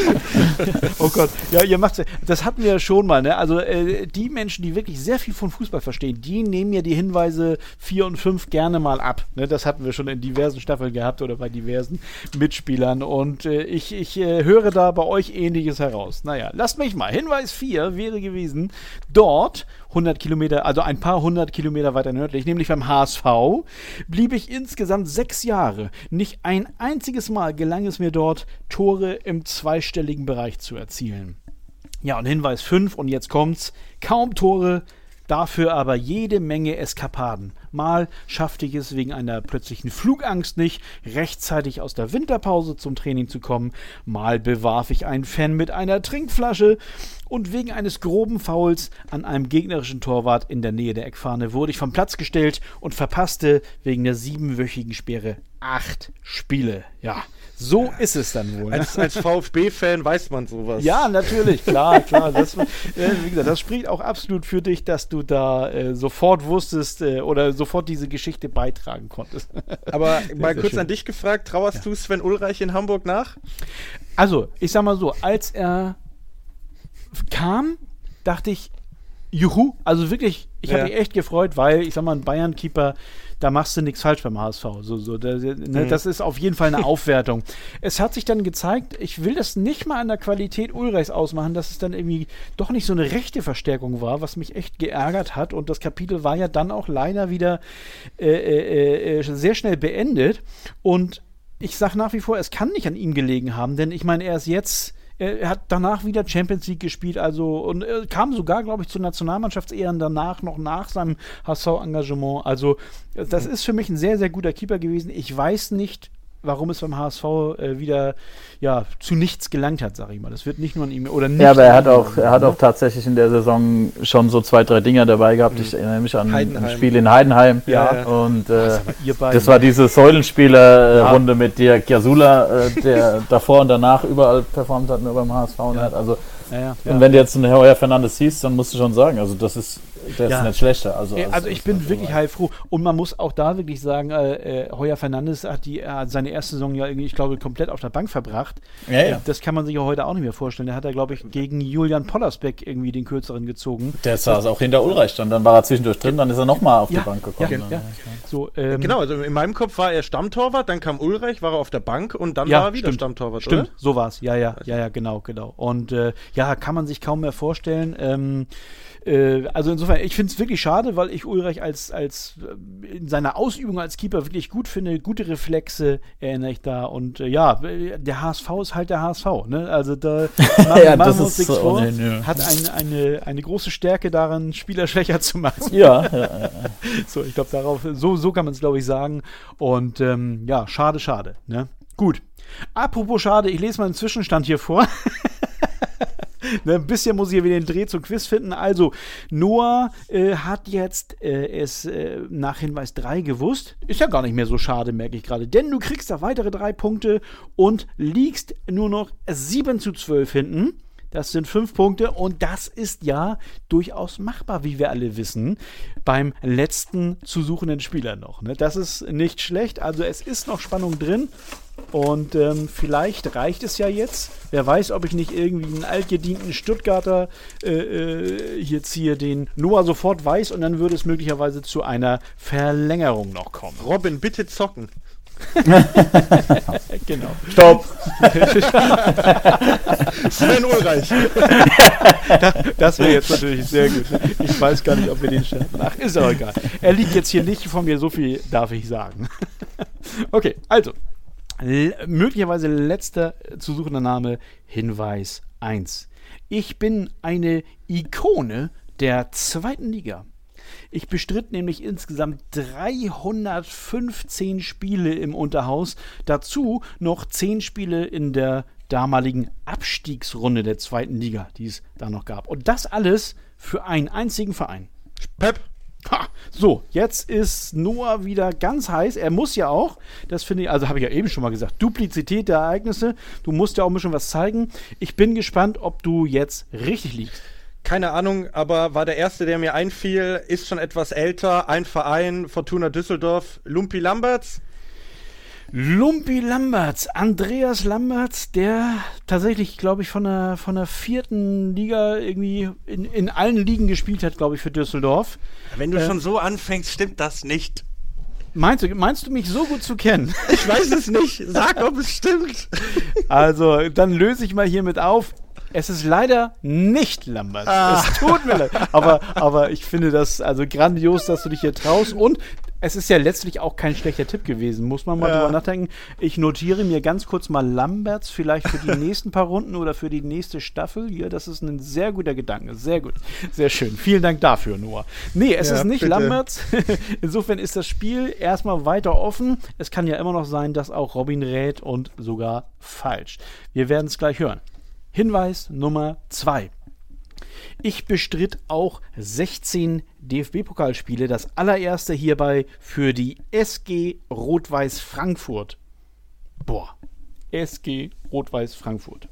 Oh Gott, ja, ihr macht's. Das hatten wir ja schon mal, ne? Also äh, die Menschen, die wirklich sehr viel von Fußball verstehen, die nehmen ja die Hinweise vier und fünf gerne mal ab. Ne? Das hatten wir schon in diversen Staffeln gehabt oder bei diversen Mitspielern. Und äh, ich, ich äh, höre da bei euch Ähnliches heraus. Naja, lasst mich mal. Hinweis vier wäre gewesen, dort hundert Kilometer, also ein paar hundert Kilometer weiter nördlich, nämlich beim H S V, blieb ich insgesamt sechs Jahre. Nicht ein einziges Mal gelang es mir dort, Tore im zweistelligen Bereich zu erzielen. Ja, und Hinweis fünf, und jetzt kommt's, kaum Tore, dafür aber jede Menge Eskapaden. Mal schaffte ich es wegen einer plötzlichen Flugangst nicht, rechtzeitig aus der Winterpause zum Training zu kommen. Mal bewarf ich einen Fan mit einer Trinkflasche. Und wegen eines groben Fouls an einem gegnerischen Torwart in der Nähe der Eckfahne wurde ich vom Platz gestellt und verpasste wegen der siebenwöchigen Sperre acht Spiele. Ja, so ist es dann wohl. Ne? Als, als VfB-Fan weiß man sowas. Ja, natürlich, klar, klar. Das, äh, wie gesagt, das spricht auch absolut für dich, dass du da äh, sofort wusstest äh, oder sofort diese Geschichte beitragen konntest. Aber mal sehr kurz schön. an dich gefragt, trauerst ja. du Sven Ulreich in Hamburg nach? Also, ich sag mal so, als er kam, dachte ich, juhu, also wirklich, ich habe ja. mich echt gefreut, weil, ich sag mal, ein Bayern-Keeper, da machst du nichts falsch beim H S V. So, so, da, ne, mhm. Das ist auf jeden Fall eine Aufwertung. Es hat sich dann gezeigt, ich will das nicht mal an der Qualität Ulreichs ausmachen, dass es dann irgendwie doch nicht so eine rechte Verstärkung war, was mich echt geärgert hat. Und das Kapitel war ja dann auch leider wieder äh, äh, äh, sehr schnell beendet. Und ich sage nach wie vor, es kann nicht an ihm gelegen haben, denn ich meine, er ist jetzt Er hat danach wieder Champions League gespielt, also und er kam sogar, glaube ich, zu Nationalmannschaftsehren danach, noch nach seinem H S V-Engagement. Also das ist für mich ein sehr, sehr guter Keeper gewesen. Ich weiß nicht, warum es beim H S V äh, wieder ja, zu nichts gelangt hat, sage ich mal. Das wird nicht nur an ihm oder nicht. Ja, aber er hat auch, er hat auch tatsächlich in der Saison schon so zwei, drei Dinger dabei gehabt. Ich erinnere mich an Heidenheim. ein Spiel in Heidenheim. Ja. Und äh, das, ihr beiden, das war diese Säulenspieler-Runde ja. mit Dirk Jasula, äh, der davor und danach überall performt hat, nur beim H S V. Ja. Hat. Also, ja, ja, ja. Und wenn du jetzt einen Heuer Fernandes siehst, dann musst du schon sagen, also das ist, der ja. ist nicht schlechter. Also, Also, also ich als, bin als wirklich heilfroh. Und man muss auch da wirklich sagen, äh, Heuer Fernandes hat die, äh, seine erste Saison ja irgendwie, ich glaube, komplett auf der Bank verbracht. Ja, ja. Das kann man sich ja heute auch nicht mehr vorstellen. Der hat er, glaube ich, gegen Julian Pollersbeck irgendwie den Kürzeren gezogen. Der saß auch hinter Ulreich dann. Dann war er zwischendurch drin, dann ist er nochmal auf ja, die Bank gekommen. Ja, dann, ja. ja. So, ähm, Genau, also in meinem Kopf war er Stammtorwart, dann kam Ulreich, war er auf der Bank und dann Ja, war er wieder stimmt. Stammtorwart, Stimmt, oder? so war es. Ja, ja, ja, ja, genau, genau. Und äh, ja, kann man sich kaum mehr vorstellen. Ähm, äh, also insofern, ich finde es wirklich schade, weil ich Ulreich als, als äh, in seiner Ausübung als Keeper wirklich gut finde. Gute Reflexe erinnere ich da. Und äh, ja, der H S V ist halt der H S V. Ne? Also da machen, Ja, machen das wir uns ist nichts so vor. ohnehin, ja. Hat ein, eine, eine große Stärke daran, Spieler schwächer zu machen. Ja, ja, ja. So, ich glaube, darauf, so, so kann man es, glaube ich, sagen. Und ähm, ja, schade, schade. Ne? Gut. Apropos schade, ich lese mal einen Zwischenstand hier vor. Ne, ein bisschen muss ich hier wieder den Dreh zum Quiz finden. Also, Noah äh, hat jetzt äh, es äh, nach Hinweis drei gewusst. Ist ja gar nicht mehr so schade, merke ich gerade. Denn du kriegst da weitere drei Punkte und liegst nur noch sieben zu zwölf hinten. Das sind fünf Punkte und das ist ja durchaus machbar, wie wir alle wissen, beim letzten zu suchenden Spieler noch. Ne? Das ist nicht schlecht, also es ist noch Spannung drin und ähm, vielleicht reicht es ja jetzt. Wer weiß, ob ich nicht irgendwie einen altgedienten Stuttgarter äh, äh, hier ziehe, den Noah sofort weiß und dann würde es möglicherweise zu einer Verlängerung noch kommen. Robin, bitte zocken. Genau. Stopp! Sven Ulreich. Das wäre jetzt natürlich sehr gut. Ich weiß gar nicht, ob wir den schaffen. Ach, ist auch egal. Er liegt jetzt hier nicht von mir, so viel darf ich sagen. Okay, also. L- möglicherweise letzter zu suchender Name, Hinweis eins. Ich bin eine Ikone der zweiten Liga. Ich bestritt nämlich insgesamt dreihundertfünfzehn Spiele im Unterhaus, dazu noch zehn Spiele in der damaligen Abstiegsrunde der zweiten Liga, die es da noch gab. Und das alles für einen einzigen Verein. Pep. Ha, so, jetzt ist Noah wieder ganz heiß. Er muss ja auch, das finde ich, also habe ich ja eben schon mal gesagt, Duplizität der Ereignisse. Du musst ja auch ein bisschen was zeigen. Ich bin gespannt, ob du jetzt richtig liegst. Keine Ahnung, aber war der erste, der mir einfiel, ist schon etwas älter. Ein Verein, Fortuna Düsseldorf, Lumpi Lamberts. Lumpi Lamberts, Andreas Lamberts, der tatsächlich, glaube ich, von der, von der vierten Liga irgendwie in, in allen Ligen gespielt hat, glaube ich, für Düsseldorf. Wenn du Äh, schon so anfängst, stimmt das nicht. Meinst du, meinst du mich so gut zu kennen? Ich weiß es nicht. Sag, ob es stimmt. Also, dann löse ich mal hiermit auf. Es ist leider nicht Lamberts. Ah. Es tut mir leid. Aber, aber ich finde das also grandios, dass du dich hier traust. Und Es ist ja letztlich auch kein schlechter Tipp gewesen, muss man mal Ja. drüber nachdenken. Ich notiere mir ganz kurz mal Lamberts, vielleicht für die nächsten paar Runden oder für die nächste Staffel. Ja, das ist ein sehr guter Gedanke, sehr gut, sehr schön. Vielen Dank dafür, Noah. Nee, es Ja, ist nicht bitte. Lamberts. Insofern ist das Spiel erstmal weiter offen. Es kann ja immer noch sein, dass auch Robin rät und sogar falsch. Wir werden es gleich hören. Hinweis Nummer zwei. Ich bestritt auch sechzehn D F B-Pokalspiele, das allererste hierbei für die S G Rot-Weiß Frankfurt. Boah, S G Rot-Weiß Frankfurt.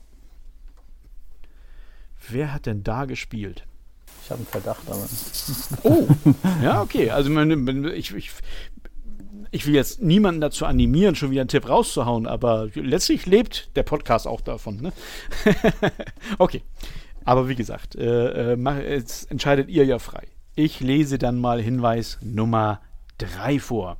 Wer hat denn da gespielt? Ich habe einen Verdacht, aber. Oh, ja, okay. Also meine, ich, ich, ich will jetzt niemanden dazu animieren, schon wieder einen Tipp rauszuhauen, aber letztlich lebt der Podcast auch davon. Ne? Okay. Aber wie gesagt, äh, äh, mach, jetzt entscheidet ihr ja frei. Ich lese dann mal Hinweis Nummer drei vor.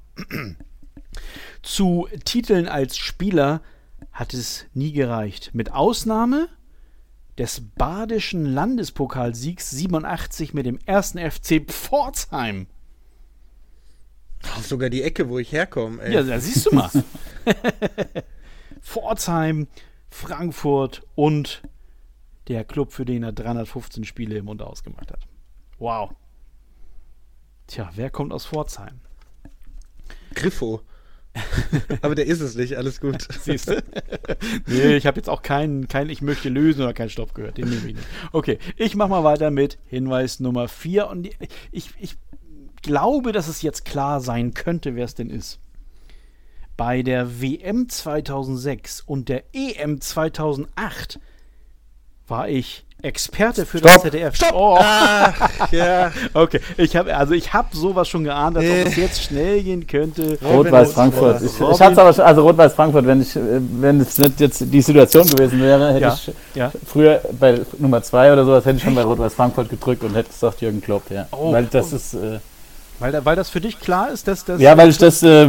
Zu Titeln als Spieler hat es nie gereicht. Mit Ausnahme des badischen Landespokalsiegs siebenundachtzig mit dem ersten F C Pforzheim. Das ist sogar die Ecke, wo ich herkomme. ey. Ja, da siehst du mal. Pforzheim, Frankfurt und der Club, für den er dreihundertfünfzehn Spiele im und ausgemacht hat. Wow. Tja, wer kommt aus Pforzheim? Griffo. Aber der ist es nicht, alles gut. Siehst du? Nee, ich habe jetzt auch keinen kein Ich möchte lösen oder keinen Stopp gehört. Den nehme ich nicht. Okay, ich mache mal weiter mit Hinweis Nummer vier. Und die, ich, ich glaube, dass es jetzt klar sein könnte, wer es denn ist. Bei der W M zweitausendsechs und der E M zweitausendacht war ich Experte für Stopp. das Z D F. Stopp! Oh. Ach, ja. Okay, ich habe also ich habe sowas schon geahnt, dass ob es jetzt schnell gehen könnte. Rot-Weiß Frankfurt. Ich, ich hatte aber schon, also Rot-Weiß Frankfurt, wenn ich, äh, wenn es nicht jetzt die Situation gewesen wäre, hätte Ja, ich ja. früher bei Nummer zwei oder sowas hätte ich schon bei Rot-Weiß Frankfurt gedrückt und hätte gesagt Jürgen Klopp, ja. Oh, weil das oh. ist, äh, Weil, da- weil das für dich klar ist, dass das. ja, weil ich das, äh,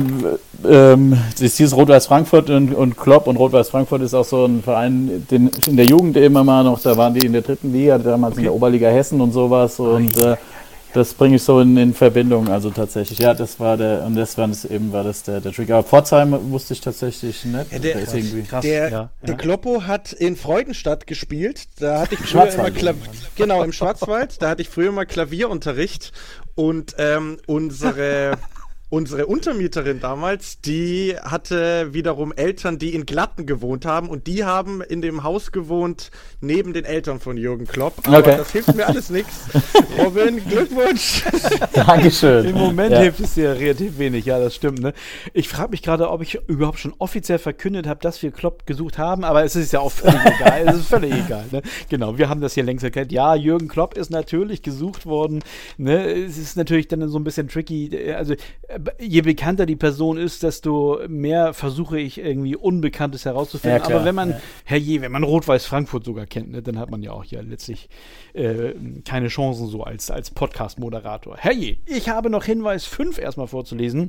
ähm, das dieses Rot-Weiß Frankfurt und, und Klopp und Rot-Weiß Frankfurt ist auch so ein Verein, den in der Jugend immer mal noch, da waren die in der dritten Liga, damals Okay. in der Oberliga Hessen und sowas und äh, das bringe ich so in, in Verbindung, also tatsächlich, ja, das war der, und das war das eben, war das der, der Trick. Aber Pforzheim wusste ich tatsächlich nicht. Ja, der- Da ist irgendwie krass. Der, ja, der ja. Kloppo hat in Freudenstadt gespielt. Da hatte ich früher immer Schwarzwald. Klavier. Genau, im Schwarzwald. Da hatte ich früher immer Klavierunterricht. Und ähm, unsere, unsere Untermieterin damals, die hatte wiederum Eltern, die in Glatten gewohnt haben. Und die haben in dem Haus gewohnt, neben den Eltern von Jürgen Klopp. Aber Okay. das hilft mir alles nichts. Robin, Glückwunsch. Dankeschön. Im Moment Ja. hilft es dir relativ wenig, ja, das stimmt. Ne? Ich frage mich gerade, ob ich überhaupt schon offiziell verkündet habe, dass wir Klopp gesucht haben, aber es ist ja auch völlig egal. Es ist völlig egal. Ne? Genau, wir haben das hier längst erkannt. Ja, Jürgen Klopp ist natürlich gesucht worden. Ne? Es ist natürlich dann so ein bisschen tricky. Also, äh, je bekannter die Person ist, desto mehr versuche ich irgendwie Unbekanntes herauszufinden. Ja, klar. aber wenn man, Ja. herrje, wenn man Rot-Weiß Frankfurt sogar kennt, ne, dann hat man ja auch ja letztlich äh, keine Chancen so als, als Podcast-Moderator. Herrje, ich habe noch Hinweis fünf erstmal vorzulesen.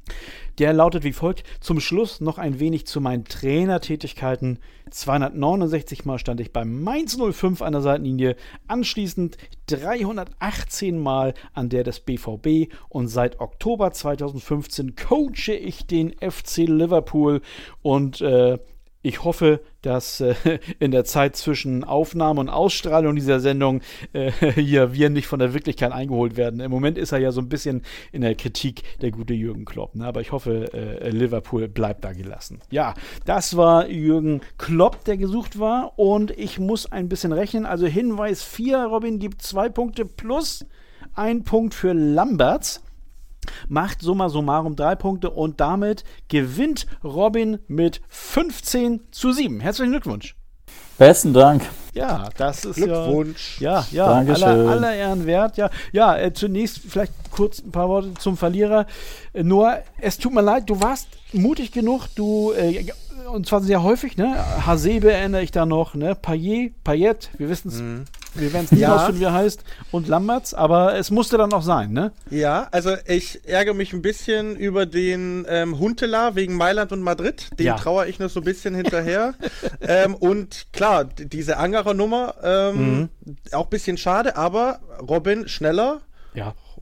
Der lautet wie folgt: Zum Schluss noch ein wenig zu meinen Trainertätigkeiten. zweihundertneunundsechzig Mal stand ich beim Mainz null fünf an der Seitenlinie, anschließend dreihundertachtzehn Mal an der des B V B und seit Oktober zweitausendfünfzehn coache ich den F C Liverpool und äh, ich hoffe, dass äh, in der Zeit zwischen Aufnahme und Ausstrahlung dieser Sendung äh, hier wir nicht von der Wirklichkeit eingeholt werden. Im Moment ist er ja so ein bisschen in der Kritik, der gute Jürgen Klopp. Ne? Aber ich hoffe, äh, Liverpool bleibt da gelassen. Ja, das war Jürgen Klopp, der gesucht war. Und ich muss ein bisschen rechnen. Also Hinweis vier, Robin, gibt zwei Punkte plus ein Punkt für Lamberts. Macht summa summarum drei Punkte und damit gewinnt Robin mit fünfzehn zu sieben. Herzlichen Glückwunsch. Besten Dank. Ja, das ist Glückwunsch. ja, ja, ja, Dankeschön. aller, aller Ehren wert. Ja, ja äh, zunächst vielleicht kurz ein paar Worte zum Verlierer. Äh, Noah, es tut mir leid, du warst mutig genug, du, äh, und zwar sehr häufig, ne? Hasebe erinnere ich da noch, ne? Payet, Payet, wir wissen es, Mhm. wir werden es nicht Ja. rausfinden, wie er heißt, und Lamberts, aber es musste dann noch sein, ne? Ja, also ich ärgere mich ein bisschen über den ähm, Huntelaar wegen Mailand und Madrid. Dem Ja. trauere ich noch so ein bisschen hinterher. ähm, und klar, d- diese Angerer Nummer, ähm, auch ein bisschen schade, aber Robin schneller. Ja.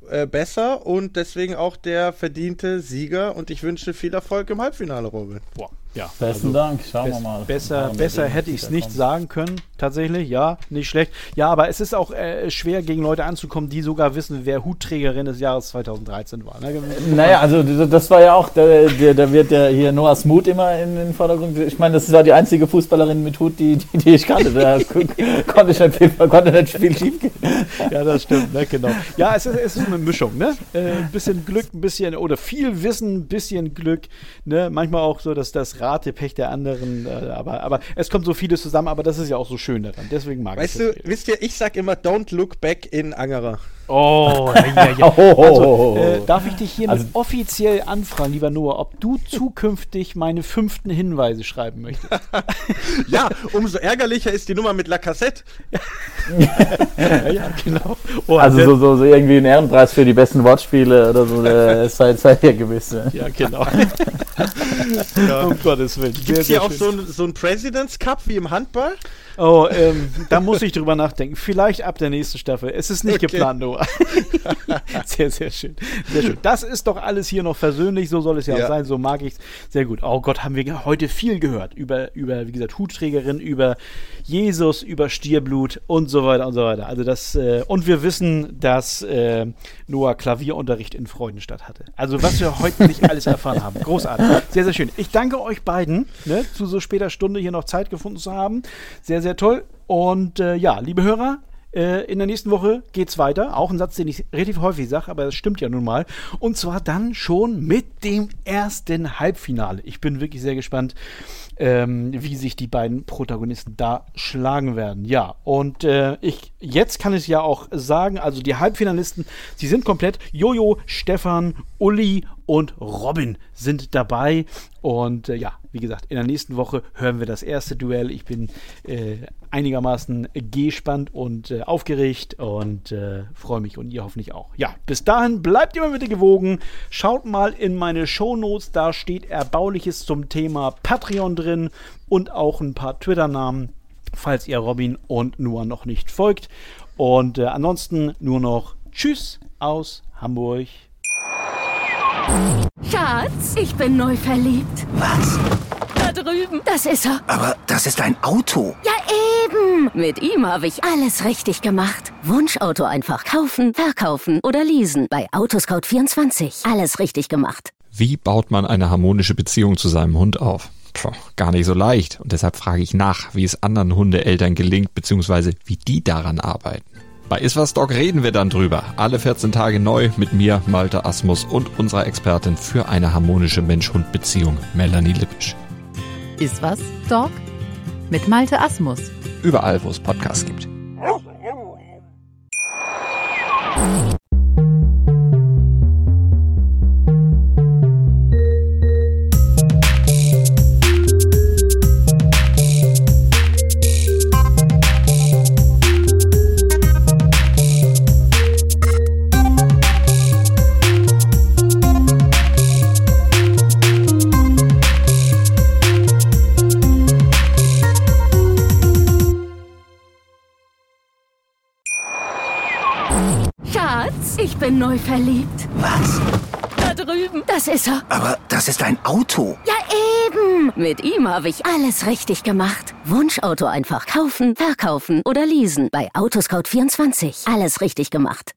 äh, besser und deswegen auch der verdiente Sieger. Und ich wünsche viel Erfolg im Halbfinale, Robin. Boah, ja. Besten also, Dank, schauen best, wir mal. Besser, Ja, besser mit dem hätte ich es Sieger nicht kommt. sagen können, tatsächlich, ja, nicht schlecht. Ja, aber es ist auch äh, schwer, gegen Leute anzukommen, die sogar wissen, wer Hutträgerin des Jahres zweitausenddreizehn war. Ne? Naja, also das war ja auch, da, da wird ja hier Noah Smoot immer in den Vordergrund. Ich meine, das war die einzige Fußballerin mit Hut, die, die, die ich kannte. Da konnte nicht viel, konnte nicht viel schief gehen. Ja, das stimmt, ne, genau. Ja, es ist, es ist eine Mischung, ne? Äh, ein bisschen Glück, ein bisschen, oder viel Wissen, ein bisschen Glück, ne? Manchmal auch so, dass das Ratepech der anderen, äh, aber, aber es kommt so vieles zusammen, aber das ist ja auch so schön daran, deswegen mag Weißt ich du, das. wisst ihr, ich sag immer, don't look back in Angerer. Oh, ja, ja, ja. Also, äh, darf ich dich hiermit Also- offiziell anfragen, lieber Noah, ob du zukünftig meine fünften Hinweise schreiben möchtest? Ja, umso ärgerlicher ist die Nummer mit La Cassette. Ja, ja, genau. Oh, Also der- so, so, so irgendwie ein Ehrenpreis für die besten Wortspiele oder so, der seid, seid ihr gewiss. Ja. Ja, genau. Um Gottes Willen. Sehr, Gibt sehr hier auch schön. so ein, so ein President's Cup wie im Handball? Oh, ähm, da muss ich drüber nachdenken. Vielleicht ab der nächsten Staffel. Es ist nicht Okay. geplant, Noah. Sehr, sehr schön. Sehr schön. Das ist doch alles hier noch versöhnlich. So soll es ja, Ja. auch sein. So mag ich es. Sehr gut. Oh Gott, haben wir heute viel gehört. Über, über wie gesagt, Hutträgerin, über Jesus, über Stierblut und so weiter und so weiter. Also das, äh, und wir wissen, dass äh, Noah Klavierunterricht in Freudenstadt hatte. Also was wir heute nicht alles erfahren haben. Großartig. Sehr, sehr schön. Ich danke euch beiden, ne, zu so später Stunde hier noch Zeit gefunden zu haben. Sehr, sehr toll. Und äh, ja, liebe Hörer, äh, in der nächsten Woche geht's weiter. Auch ein Satz, den ich relativ häufig sage, aber das stimmt ja nun mal. Und zwar dann schon mit dem ersten Halbfinale. Ich bin wirklich sehr gespannt, ähm, wie sich die beiden Protagonisten da schlagen werden. Ja, und äh, ich jetzt kann ich ja auch sagen, also die Halbfinalisten, sie sind komplett. Jojo, Stefan, Uli und Robin sind dabei. Und äh, ja, wie gesagt, in der nächsten Woche hören wir das erste Duell. Ich bin äh, einigermaßen gespannt und äh, aufgeregt und äh, freue mich und ihr hoffentlich auch. Ja, bis dahin bleibt immer bitte gewogen. Schaut mal in meine Shownotes, da steht Erbauliches zum Thema Patreon drin und auch ein paar Twitter-Namen, falls ihr Robin und Noah noch nicht folgt. Und äh, ansonsten nur noch Tschüss aus Hamburg. Schatz, ich bin neu verliebt. Was? Da drüben. Das ist er. Aber das ist ein Auto. Ja, eben. Mit ihm habe ich alles richtig gemacht. Wunschauto einfach kaufen, verkaufen oder leasen. Bei Autoscout vierundzwanzig. Alles richtig gemacht. Wie baut man eine harmonische Beziehung zu seinem Hund auf? Puh, gar nicht so leicht. Und deshalb frage ich nach, wie es anderen Hundeeltern gelingt, beziehungsweise wie die daran arbeiten. Bei Iswas Dog reden wir dann drüber. Alle vierzehn Tage neu mit mir, Malte Asmus und unserer Expertin für eine harmonische Mensch-Hund-Beziehung, Melanie Lippisch. Iswas Dog mit Malte Asmus. Überall, wo es Podcasts gibt. Schatz, ich bin neu verliebt. Was? Da drüben. Das ist er. Aber das ist ein Auto. Ja, eben. Mit ihm habe ich alles richtig gemacht. Wunschauto einfach kaufen, verkaufen oder leasen. Bei Autoscout vierundzwanzig. Alles richtig gemacht.